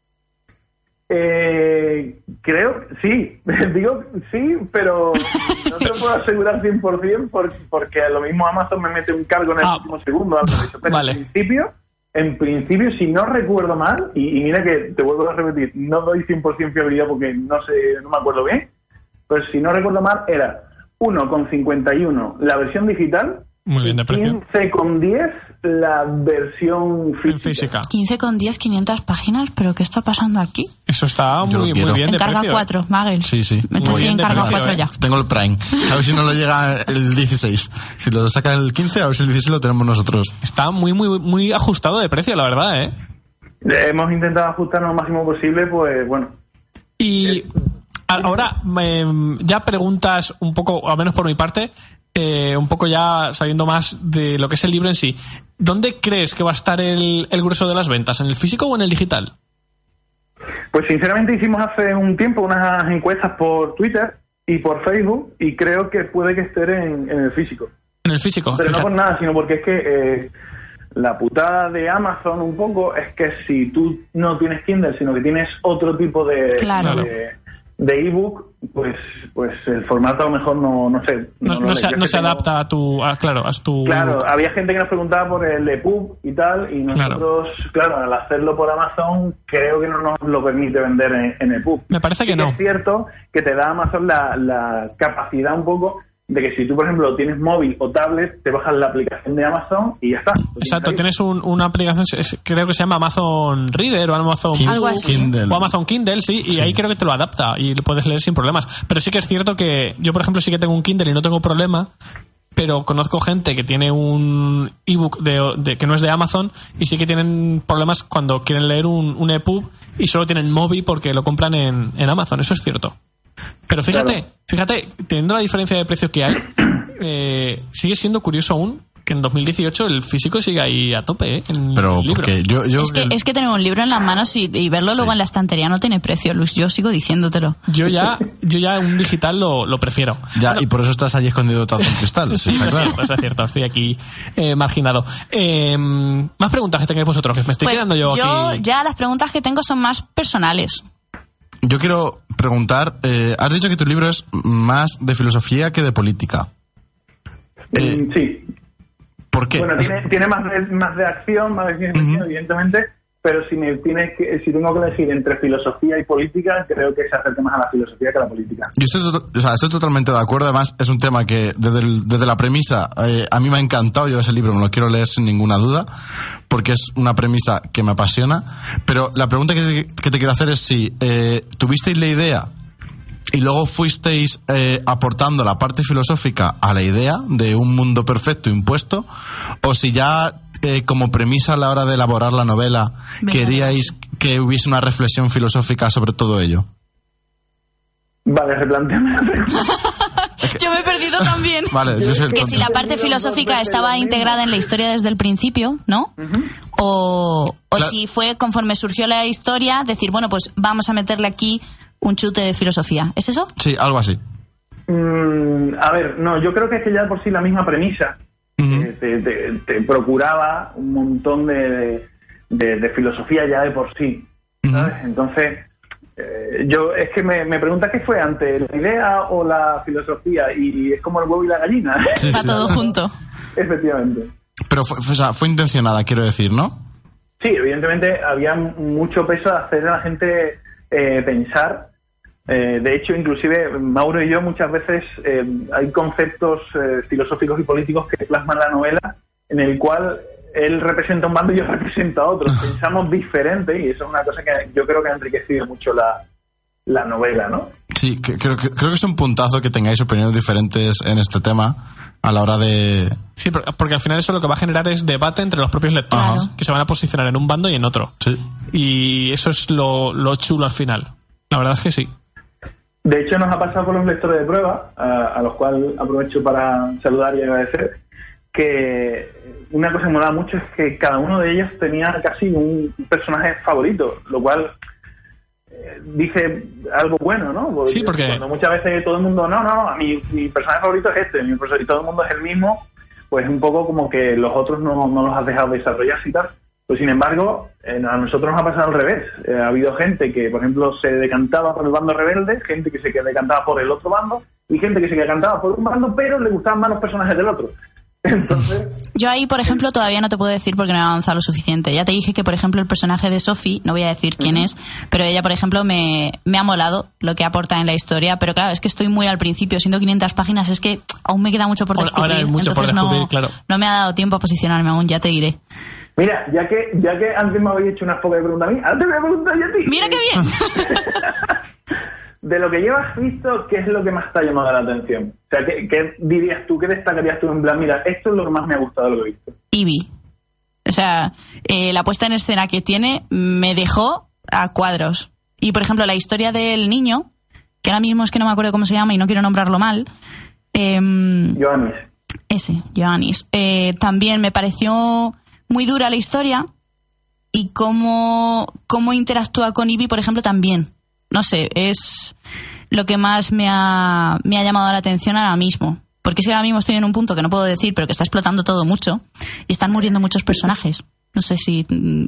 Eh, creo, sí, digo sí, pero no te lo puedo asegurar cien por ciento por, porque a lo mismo Amazon me mete un cargo en el ah, último segundo. Algo de eso. Pero vale. en principio, en principio, si no recuerdo mal, y, y mira que te vuelvo a repetir, no doy cien por ciento fiabilidad porque no sé, no me acuerdo bien, pero si no recuerdo mal era uno con cincuenta y uno la versión digital. Muy bien de precio. quince con diez la versión física. física. quince con diez, quinientas páginas, pero ¿qué está pasando aquí? Eso está muy, muy bien de encarga precio. cuatro, Magel. Sí, sí. Me estoy encarga cuatro ya. Tengo el Prime. A ver si no lo llega el dieciséis. Si lo saca el quince, a ver si el dieciséis lo tenemos nosotros. Está muy, muy, muy ajustado de precio, la verdad, ¿eh? Hemos intentado ajustarnos lo máximo posible, pues bueno. Y eh. ahora, eh, ya preguntas un poco, al menos por mi parte, Eh, un poco ya sabiendo más de lo que es el libro en sí. ¿Dónde crees que va a estar el, el grueso de las ventas? ¿En el físico o en el digital? Pues sinceramente hicimos hace un tiempo unas encuestas por Twitter y por Facebook y creo que puede que esté en, en el físico. En el físico. Pero fíjate. no por nada, sino porque es que eh, la putada de Amazon un poco es que si tú no tienes Kindle, sino que tienes otro tipo de... Claro. de de ebook, pues pues el formato a lo mejor no no sé no, no, no se, no se tengo... adapta a tu a, claro a tu claro ebook. Había gente que nos preguntaba por el EPUB y tal y nosotros claro, claro al hacerlo por Amazon creo que no nos lo permite vender en, en EPUB. Me parece que sí no. Es cierto que te da Amazon la, la capacidad un poco de que si tú, por ejemplo, tienes móvil o tablet, te bajas la aplicación de Amazon y ya está. Exacto, tienes un, una aplicación, creo que se llama Amazon Reader o Amazon Algo así. Kindle. O Amazon Kindle, sí, y sí. Ahí creo que te lo adapta y lo puedes leer sin problemas. Pero sí que es cierto que yo, por ejemplo, sí que tengo un Kindle y no tengo problema, pero conozco gente que tiene un ebook de, de, que no es de Amazon y sí que tienen problemas cuando quieren leer un, un EPUB y solo tienen Mobi porque lo compran en, en Amazon, eso es cierto. Pero fíjate, claro. fíjate, teniendo la diferencia de precio que hay, eh, sigue siendo curioso aún que en dos mil dieciocho el físico sigue ahí a tope, ¿eh? En Pero el libro. porque yo, yo es, que, es que tener un libro en las manos y, y verlo sí. luego en la estantería no tiene precio, Luis. Yo sigo diciéndotelo. Yo ya, yo ya un digital lo, lo prefiero. Ya, bueno, y por eso estás ahí escondido todo en cristal. Sí, está eso, claro. es cierto, eso es cierto, estoy aquí eh, marginado. Eh, más preguntas que tengáis vosotros, que me estoy pues quedando yo, yo aquí. Ya las preguntas que tengo son más personales. Yo quiero preguntar, eh, has dicho que tu libro es más de filosofía que de política. Eh, sí. ¿Por qué? Bueno, tiene, tiene más, de, más de acción, más de ciencia ficción, uh-huh. evidentemente, pero si me tienes que, si tengo que elegir entre filosofía y política, creo que se acerca más a la filosofía que a la política. Yo estoy, o sea, estoy totalmente de acuerdo. Además, es un tema que desde, el, desde la premisa eh, a mí me ha encantado. Yo ese libro me lo quiero leer sin ninguna duda, porque es una premisa que me apasiona. Pero la pregunta que te, que te quiero hacer es si eh, tuvisteis la idea y luego fuisteis eh, aportando la parte filosófica a la idea de un mundo perfecto impuesto, o si ya eh, como premisa a la hora de elaborar la novela Venga. queríais que hubiese una reflexión filosófica sobre todo ello. Vale, replanteame. Yo me he perdido también. Vale, yo soy el que si la parte filosófica estaba integrada en la historia desde el principio, ¿no? Uh-huh. O, o claro. si fue conforme surgió la historia, decir, bueno, pues vamos a meterle aquí un chute de filosofía. ¿Es eso? Sí, algo así. Mm, a ver, no, yo creo que es que ya por sí la misma premisa uh-huh. eh, te, te, te procuraba un montón de, de, de filosofía ya de por sí, ¿sabes? Uh-huh. Entonces, eh, yo es que me, me preguntas qué fue antes, la idea o la filosofía, y es como el huevo y la gallina. Sí, Va sí. todo junto. Efectivamente. Pero fue, o sea, fue intencionada, quiero decir, ¿no? Sí, evidentemente había mucho peso de hacer a la gente eh, pensar. Eh, de hecho, inclusive Mauro y yo muchas veces eh, hay conceptos eh, filosóficos y políticos que plasman la novela en el cual él representa un bando y yo represento a otro. Pensamos diferente y eso es una cosa que yo creo que ha enriquecido mucho la, la novela, ¿no? Sí, que, creo, que, creo que es un puntazo que tengáis opiniones diferentes en este tema a la hora de... Sí, porque al final eso lo que va a generar es debate entre los propios lectores, claro, que se van a posicionar en un bando y en otro. Sí. Y eso es lo, lo chulo al final. La verdad es que sí. De hecho, nos ha pasado con los lectores de prueba, a, a los cuales aprovecho para saludar y agradecer, que una cosa que me molaba mucho es que cada uno de ellos tenía casi un personaje favorito, lo cual eh, dice algo bueno, ¿no? Porque sí, porque... cuando muchas veces todo el mundo, no, no, a mi, mi personaje favorito es este, mi personaje, y todo el mundo es el mismo, pues un poco como que los otros no, no los has dejado desarrollarse y tal. Pues sin embargo, eh, a nosotros nos ha pasado al revés. Eh, ha habido gente que, por ejemplo, se decantaba por el bando rebelde, gente que se decantaba por el otro bando, y gente que se decantaba por un bando, pero le gustaban más los personajes del otro. Entonces... Yo ahí, por ejemplo, todavía no te puedo decir porque no he avanzado lo suficiente. Ya te dije que, por ejemplo, el personaje de Sophie, no voy a decir quién uh-huh. es, pero ella, por ejemplo, me, me ha molado lo que aporta en la historia, pero claro, es que estoy muy al principio, siendo quinientas páginas, es que aún me queda mucho por descubrir. Ahora hay mucho entonces por descubrir, no, claro. No me ha dado tiempo a posicionarme aún, ya te diré. Mira, ya que ya que antes me habéis hecho unas pocas de preguntas a mí, ahora te voy a preguntar yo a ti. ¡Mira qué bien! De lo que llevas visto, ¿qué es lo que más te ha llamado la atención? O sea, ¿qué, qué dirías tú, qué destacarías tú en plan, mira, esto es lo que más me ha gustado de lo que he visto? Ivy. O sea, eh, la puesta en escena que tiene me dejó a cuadros. Y, por ejemplo, la historia del niño, que ahora mismo es que no me acuerdo cómo se llama y no quiero nombrarlo mal. Eh, Ioannis. Ese, Ioannis. Eh, también me pareció muy dura la historia y cómo, cómo interactúa con Ivy, por ejemplo, también. No sé, es lo que más me ha, me ha llamado la atención ahora mismo. Porque es que ahora mismo estoy en un punto que no puedo decir, pero que está explotando todo mucho y están muriendo muchos personajes. No sé si...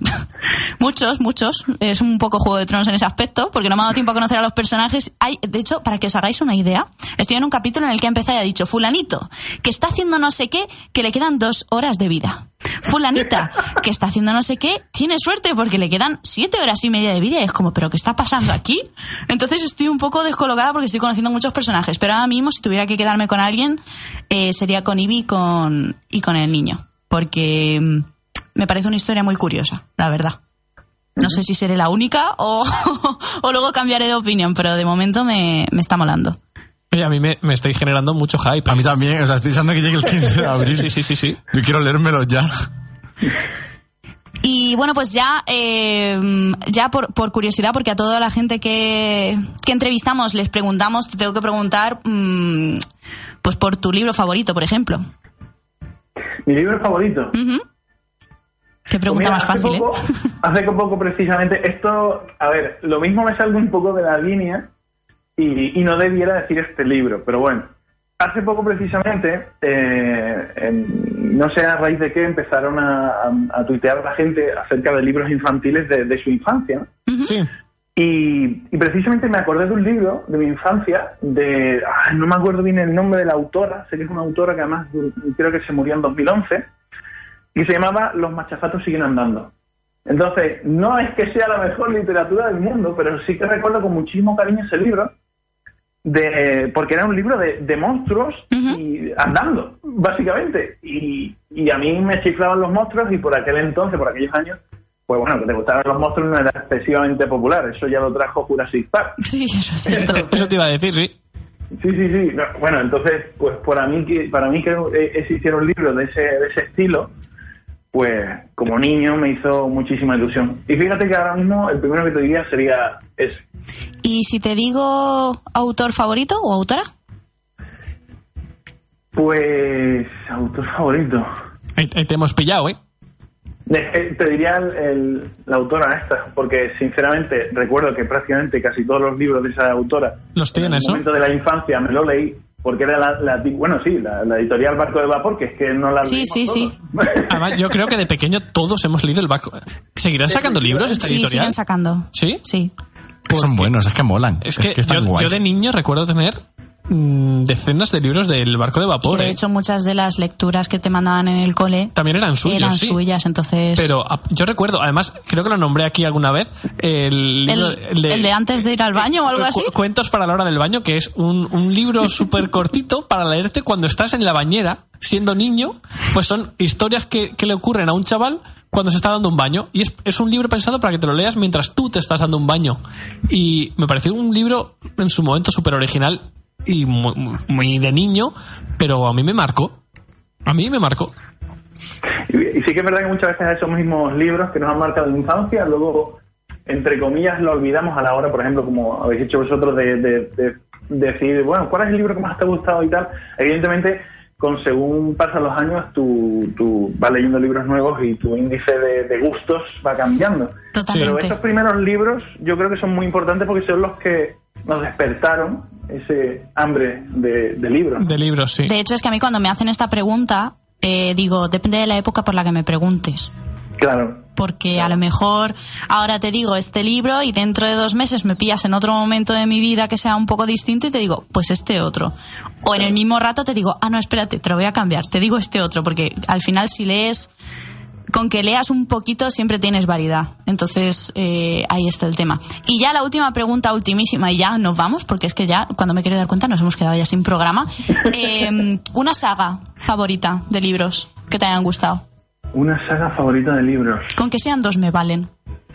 muchos, muchos. Es un poco Juego de Tronos en ese aspecto, porque no me ha dado tiempo a conocer a los personajes. Hay, de hecho, para que os hagáis una idea, estoy en un capítulo en el que ha empezado y ha dicho, fulanito, que está haciendo no sé qué, que le quedan dos horas de vida. Fulanita, que está haciendo no sé qué, tiene suerte porque le quedan siete horas y media de vida. Y es como, ¿pero qué está pasando aquí? Entonces estoy un poco descolocada porque estoy conociendo muchos personajes. Pero ahora mismo, si tuviera que quedarme con alguien, eh, sería con Ivy y con, y con el niño. Porque... me parece una historia muy curiosa, la verdad. No sé si seré la única o, o luego cambiaré de opinión, pero de momento me, me está molando. Oye, a mí me, me estáis generando mucho hype. A mí también, o sea, estoy deseando que llegue el quince de abril. Sí, sí, sí, sí. Yo quiero leérmelo ya. Y bueno, pues ya, eh, ya por, por curiosidad, porque a toda la gente que, que entrevistamos les preguntamos, te tengo que preguntar, mmm, pues por tu libro favorito, por ejemplo. ¿Mi libro favorito? Uh-huh. Qué pregunta pues mira, más fácil, poco, ¿eh? Hace poco, precisamente, esto, a ver, lo mismo me salgo un poco de la línea y, y no debiera decir este libro, pero bueno, hace poco precisamente, eh, en, no sé a raíz de qué empezaron a, a, a tuitear la gente acerca de libros infantiles de, de su infancia, ¿no? Sí. Y, y precisamente me acordé de un libro de mi infancia, de, ah, no me acuerdo bien el nombre de la autora, sé que es una autora que además creo que se murió en dos mil once, y se llamaba Los machazatos siguen andando. Entonces, no es que sea la mejor literatura del mundo, pero sí que recuerdo con muchísimo cariño ese libro, de porque era un libro de, de monstruos uh-huh. y andando, básicamente. Y, y a mí me chiflaban los monstruos y por aquel entonces, por aquellos años, pues bueno, que te gustaran los monstruos no era excesivamente popular. Eso ya lo trajo Jurassic Park. Sí, eso es cierto. Eso te iba a decir, sí. Sí, sí, sí. No, bueno, entonces, pues para mí que para mí que existiera un libro de ese de ese estilo, pues como niño me hizo muchísima ilusión. Y fíjate que ahora mismo el primero que te diría sería ese. ¿Y si te digo autor favorito o autora? Pues autor favorito. Ahí, ahí te hemos pillado, ¿eh? Te diría el, el, la autora esta, porque sinceramente recuerdo que prácticamente casi todos los libros de esa autora los tienes, en el momento ¿no? de la infancia me lo leí, porque era la, la bueno sí, la, la editorial Barco de Vapor, que es que no la sí, sí, todos. Sí. Además, yo creo que de pequeño todos hemos leído el Barco. ¿Seguirán sacando libros esta sí, editorial? Sí, siguen sacando. ¿Sí? Sí. Porque son buenos, es que molan. Es que, es que están yo, guays. yo de niño recuerdo tener mmm, decenas de libros del Barco de Vapor. Y de ¿eh? hecho, muchas de las lecturas que te mandaban en el cole también eran suyos, eran sí. suyas, entonces... Pero a, yo recuerdo, además, creo que lo nombré aquí alguna vez, el, libro, el, el, de, el de antes de ir al baño o algo así. Cu- Cuentos para la hora del baño, que es un, un libro súper cortito para leerte cuando estás en la bañera, siendo niño. Pues son historias que, que le ocurren a un chaval cuando se está dando un baño. Y es, es un libro pensado para que te lo leas mientras tú te estás dando un baño. Y me pareció un libro en su momento súper original y muy, muy de niño, pero a mí me marcó. A mí me marcó. Y, y sí que es verdad que muchas veces esos mismos libros que nos han marcado en infancia, luego, entre comillas, lo olvidamos a la hora, por ejemplo, como habéis hecho vosotros, de, de, de, de decir, bueno, ¿cuál es el libro que más te ha gustado y tal? Evidentemente, con según pasan los años, tú, tú vas leyendo libros nuevos y tu índice de, de gustos va cambiando. Totalmente. Pero estos primeros libros yo creo que son muy importantes porque son los que nos despertaron ese hambre de, de libros. De libros, sí. De hecho, es que a mí cuando me hacen esta pregunta, eh, digo, depende de la época por la que me preguntes. Claro. Porque a lo mejor ahora te digo este libro y dentro de dos meses me pillas en otro momento de mi vida que sea un poco distinto y te digo, pues este otro. O en el mismo rato te digo, ah, no, espérate, te lo voy a cambiar, te digo este otro. Porque al final si lees, con que leas un poquito siempre tienes variedad. Entonces eh, ahí está el tema. Y ya la última pregunta, ultimísima, y ya nos vamos, porque es que ya cuando me quiero dar cuenta nos hemos quedado ya sin programa. Eh, una saga favorita de libros que te hayan gustado. Una saga favorita de libros. Con que sean dos me valen.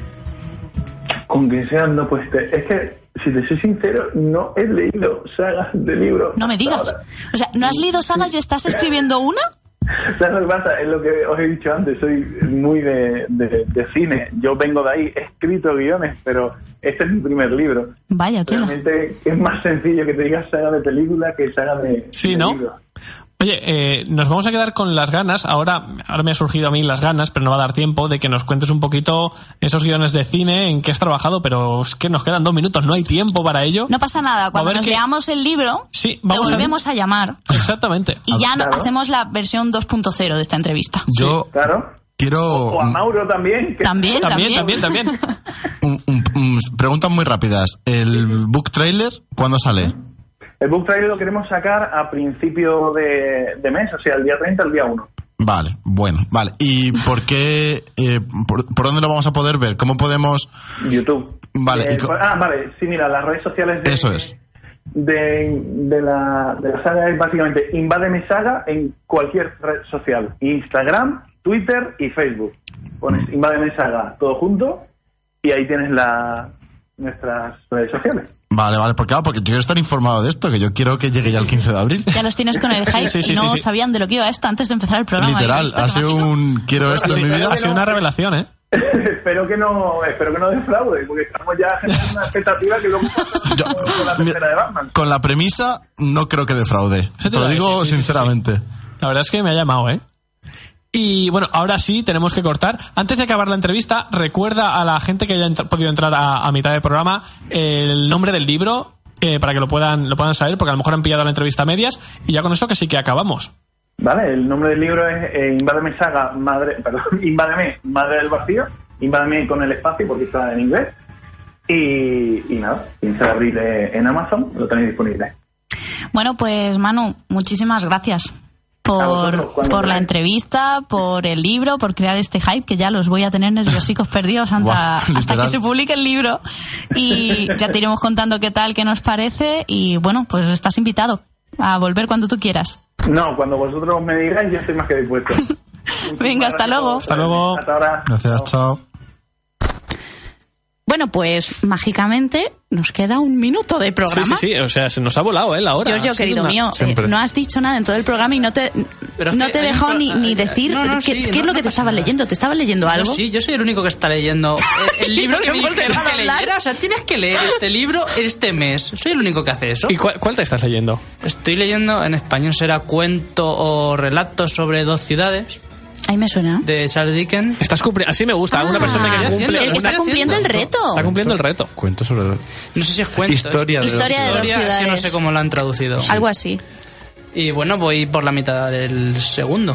Con que sean dos, pues te, es que, si te soy sincero, no he leído sagas de libros. No me digas. Ahora. O sea, ¿no has leído sagas y estás escribiendo una? ¿Sabes lo que pasa? Es lo que os he dicho antes, soy muy de, de, de cine. Yo vengo de ahí, he escrito guiones, pero este es mi primer libro. Vaya, tela. Realmente es más sencillo que te digas saga de película que saga de, sí, de ¿no? libro. Oye, eh, nos vamos a quedar con las ganas, ahora, ahora me ha surgido a mí las ganas, pero no va a dar tiempo, de que nos cuentes un poquito esos guiones de cine, en qué has trabajado, pero es que nos quedan dos minutos, no hay tiempo para ello. No pasa nada, cuando nos que... leamos el libro, sí, vamos te volvemos a... a llamar. Exactamente. Y ya claro. hacemos la versión dos punto cero de esta entrevista. Yo Sí, claro. quiero... O a Mauro también. Que... También, También, también. también, también. un, un, un, preguntas muy rápidas. ¿El book trailer cuándo sale? El book trailer lo queremos sacar a principio de, de mes, o sea, el día treinta, el día uno. Vale, bueno, vale. ¿Y por qué, eh, por, por dónde lo vamos a poder ver? ¿Cómo podemos...? YouTube. Vale. Eh, y co- ah, vale, sí, mira, las redes sociales de, Eso es. de, de, la, de la saga es básicamente Invádeme Saga en cualquier red social. Instagram, Twitter y Facebook. Pones Invádeme Saga todo junto y ahí tienes la, nuestras redes sociales. Vale, vale, porque, ah, porque yo quiero estar informado de esto, que yo quiero que llegue ya el quince de abril. Ya los tienes con el hype Sí, sí, y no sí, sí. sabían de lo que iba esto antes de empezar el programa. Literal, ¿Viste? ha sido un quiero esto en mi vida. Ha sido una revelación, ¿eh? espero que no espero que no defraude, porque estamos ya generando una expectativa que luego Yo- con la tercera de Batman. Con la premisa, no creo que defraude. Eso te Te lo iba a digo decir, sí, sí, sinceramente. sí, sí. La verdad es que me ha llamado, ¿eh? Y bueno, ahora sí, tenemos que cortar. Antes de acabar la entrevista, recuerda a la gente que haya entr- podido entrar a, a mitad del programa el nombre del libro, eh, para que lo puedan, lo puedan saber, porque a lo mejor han pillado la entrevista a medias, y ya con eso que sí que acabamos. Vale, el nombre del libro es eh, Invádeme Saga, madre, perdón, Invádeme, Madre del Vacío, Invádeme con el espacio porque está en inglés. Y, y nada, quince de abril eh, en Amazon, lo tenéis disponible. Bueno, pues Manu, muchísimas gracias A por, vosotros, cuando por la queráis. entrevista, por el libro, por crear este hype, que ya los voy a tener nerviosicos perdidos hasta, Guau, hasta literal. que se publique el libro. Y ya te iremos contando qué tal, qué nos parece. Y bueno, pues estás invitado a volver cuando tú quieras. No, cuando vosotros me digáis, yo estoy más que dispuesto. Venga, hasta luego. Hasta luego. Hasta ahora. Gracias, chao. Bueno, pues mágicamente nos queda un minuto de Sí, programa. sí, sí, o sea, se nos ha volado, ¿eh? La hora. Giorgio, Ha sido querido una- mío, eh, Siempre. no has dicho nada en todo el programa y no te, Pero es no que te he hay un dejado pro- ni, ni decir No, no, qué, sí, qué no, es lo que no te pasa estabas nada. leyendo. ¿Te estabas leyendo Yo algo? sí, yo soy el único que está leyendo el, el libro No que me me hemos dijeron dejado que hablar. leyera. O sea, tienes que leer este libro este mes. Soy el único que hace eso. ¿Y cuál, cuál te estás leyendo? Estoy leyendo, en español será Cuento o Relato sobre dos ciudades, Ahí me suena. de Charles Dickens. Estás cumpliendo. Así me gusta. Una Ah, persona que estoy cumple. haciendo- Él está estoy cumpliendo el haciendo. reto. Está cumpliendo el reto. Cuento sobre... No sé si es cuento. Historia de Historia de dos Historia, es que no ciudades. sé cómo lo han traducido. Algo así. Y bueno, voy por la mitad del segundo.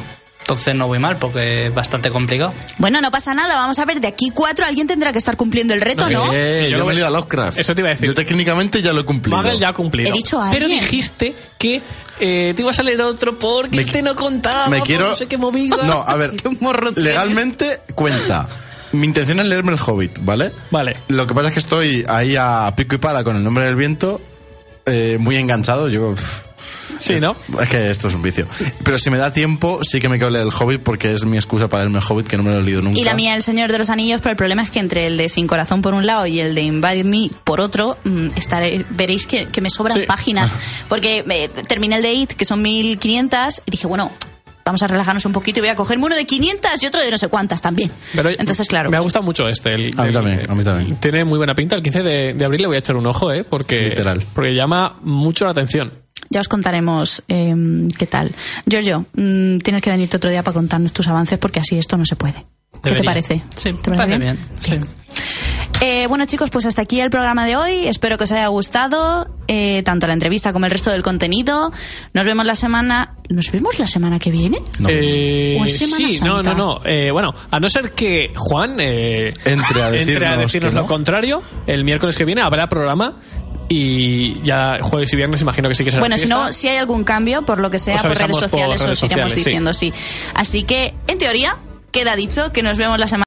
Entonces no voy mal porque es bastante complicado. Bueno, no pasa nada, vamos a ver, de aquí cuatro alguien tendrá que estar cumpliendo el reto, ¿no? Eh, Yo yo lo me he voy- ido a Lovecraft. Eso te iba a decir. Yo técnicamente ya lo he cumplido. Magel ya ha cumplido. He dicho a Pero alguien. dijiste que eh, te ibas a leer otro porque Me- este no contaba. me por quiero- No sé qué movida. No, a ver, Qué morro tienes. legalmente cuenta. Mi intención es leerme el Hobbit, ¿vale? Vale. Lo que pasa es que estoy ahí a pico y pala con el nombre del viento, eh, muy enganchado. Yo, pff, Sí, es, ¿no? Es que esto es un vicio. Pero si me da tiempo, sí que me quiero leer el Hobbit porque es mi excusa para leerme el Hobbit, que no me lo he leído nunca. Y la mía, El Señor de los Anillos, pero el problema es que entre el de Sin Corazón por un lado y el de Invade Me por otro, mmm, estaré, veréis que, que me sobran Sí. páginas. Porque eh, terminé el de It, que son mil quinientas, y dije, bueno, vamos a relajarnos un poquito y voy a cogerme uno de quinientas y otro de no sé cuántas también. Pero Entonces, claro. Me ha gustado mucho este. El, A mí el- también, a mí también. Tiene muy buena pinta. El quince de, de abril le voy a echar un ojo, ¿eh? Porque, Literal. porque llama mucho la atención. Ya os contaremos eh, qué tal. Giorgio, mm, tienes que venirte otro día para contarnos tus avances porque así esto no se puede. ¿Qué te Debería. parece? Sí, ¿Te me parece bien. Sí. Eh, bueno, chicos, pues hasta aquí el programa de hoy. Espero que os haya gustado eh, tanto la entrevista como el resto del contenido. Nos vemos la semana... ¿Nos vemos la semana que viene? No. Eh, ¿O es Semana sí, no, Santa? no, no. Eh, bueno, a no ser que Juan eh, Entre a entre a decirnos decirnos que lo no. contrario, el miércoles que viene habrá programa y ya jueves y viernes imagino que sí que será Bueno, si fiesta. no, si hay algún cambio, por lo que sea, Os por redes avisamos por sociales, redes os iremos sociales, sí. diciendo, sí. Así que, en teoría, queda dicho que nos vemos la semana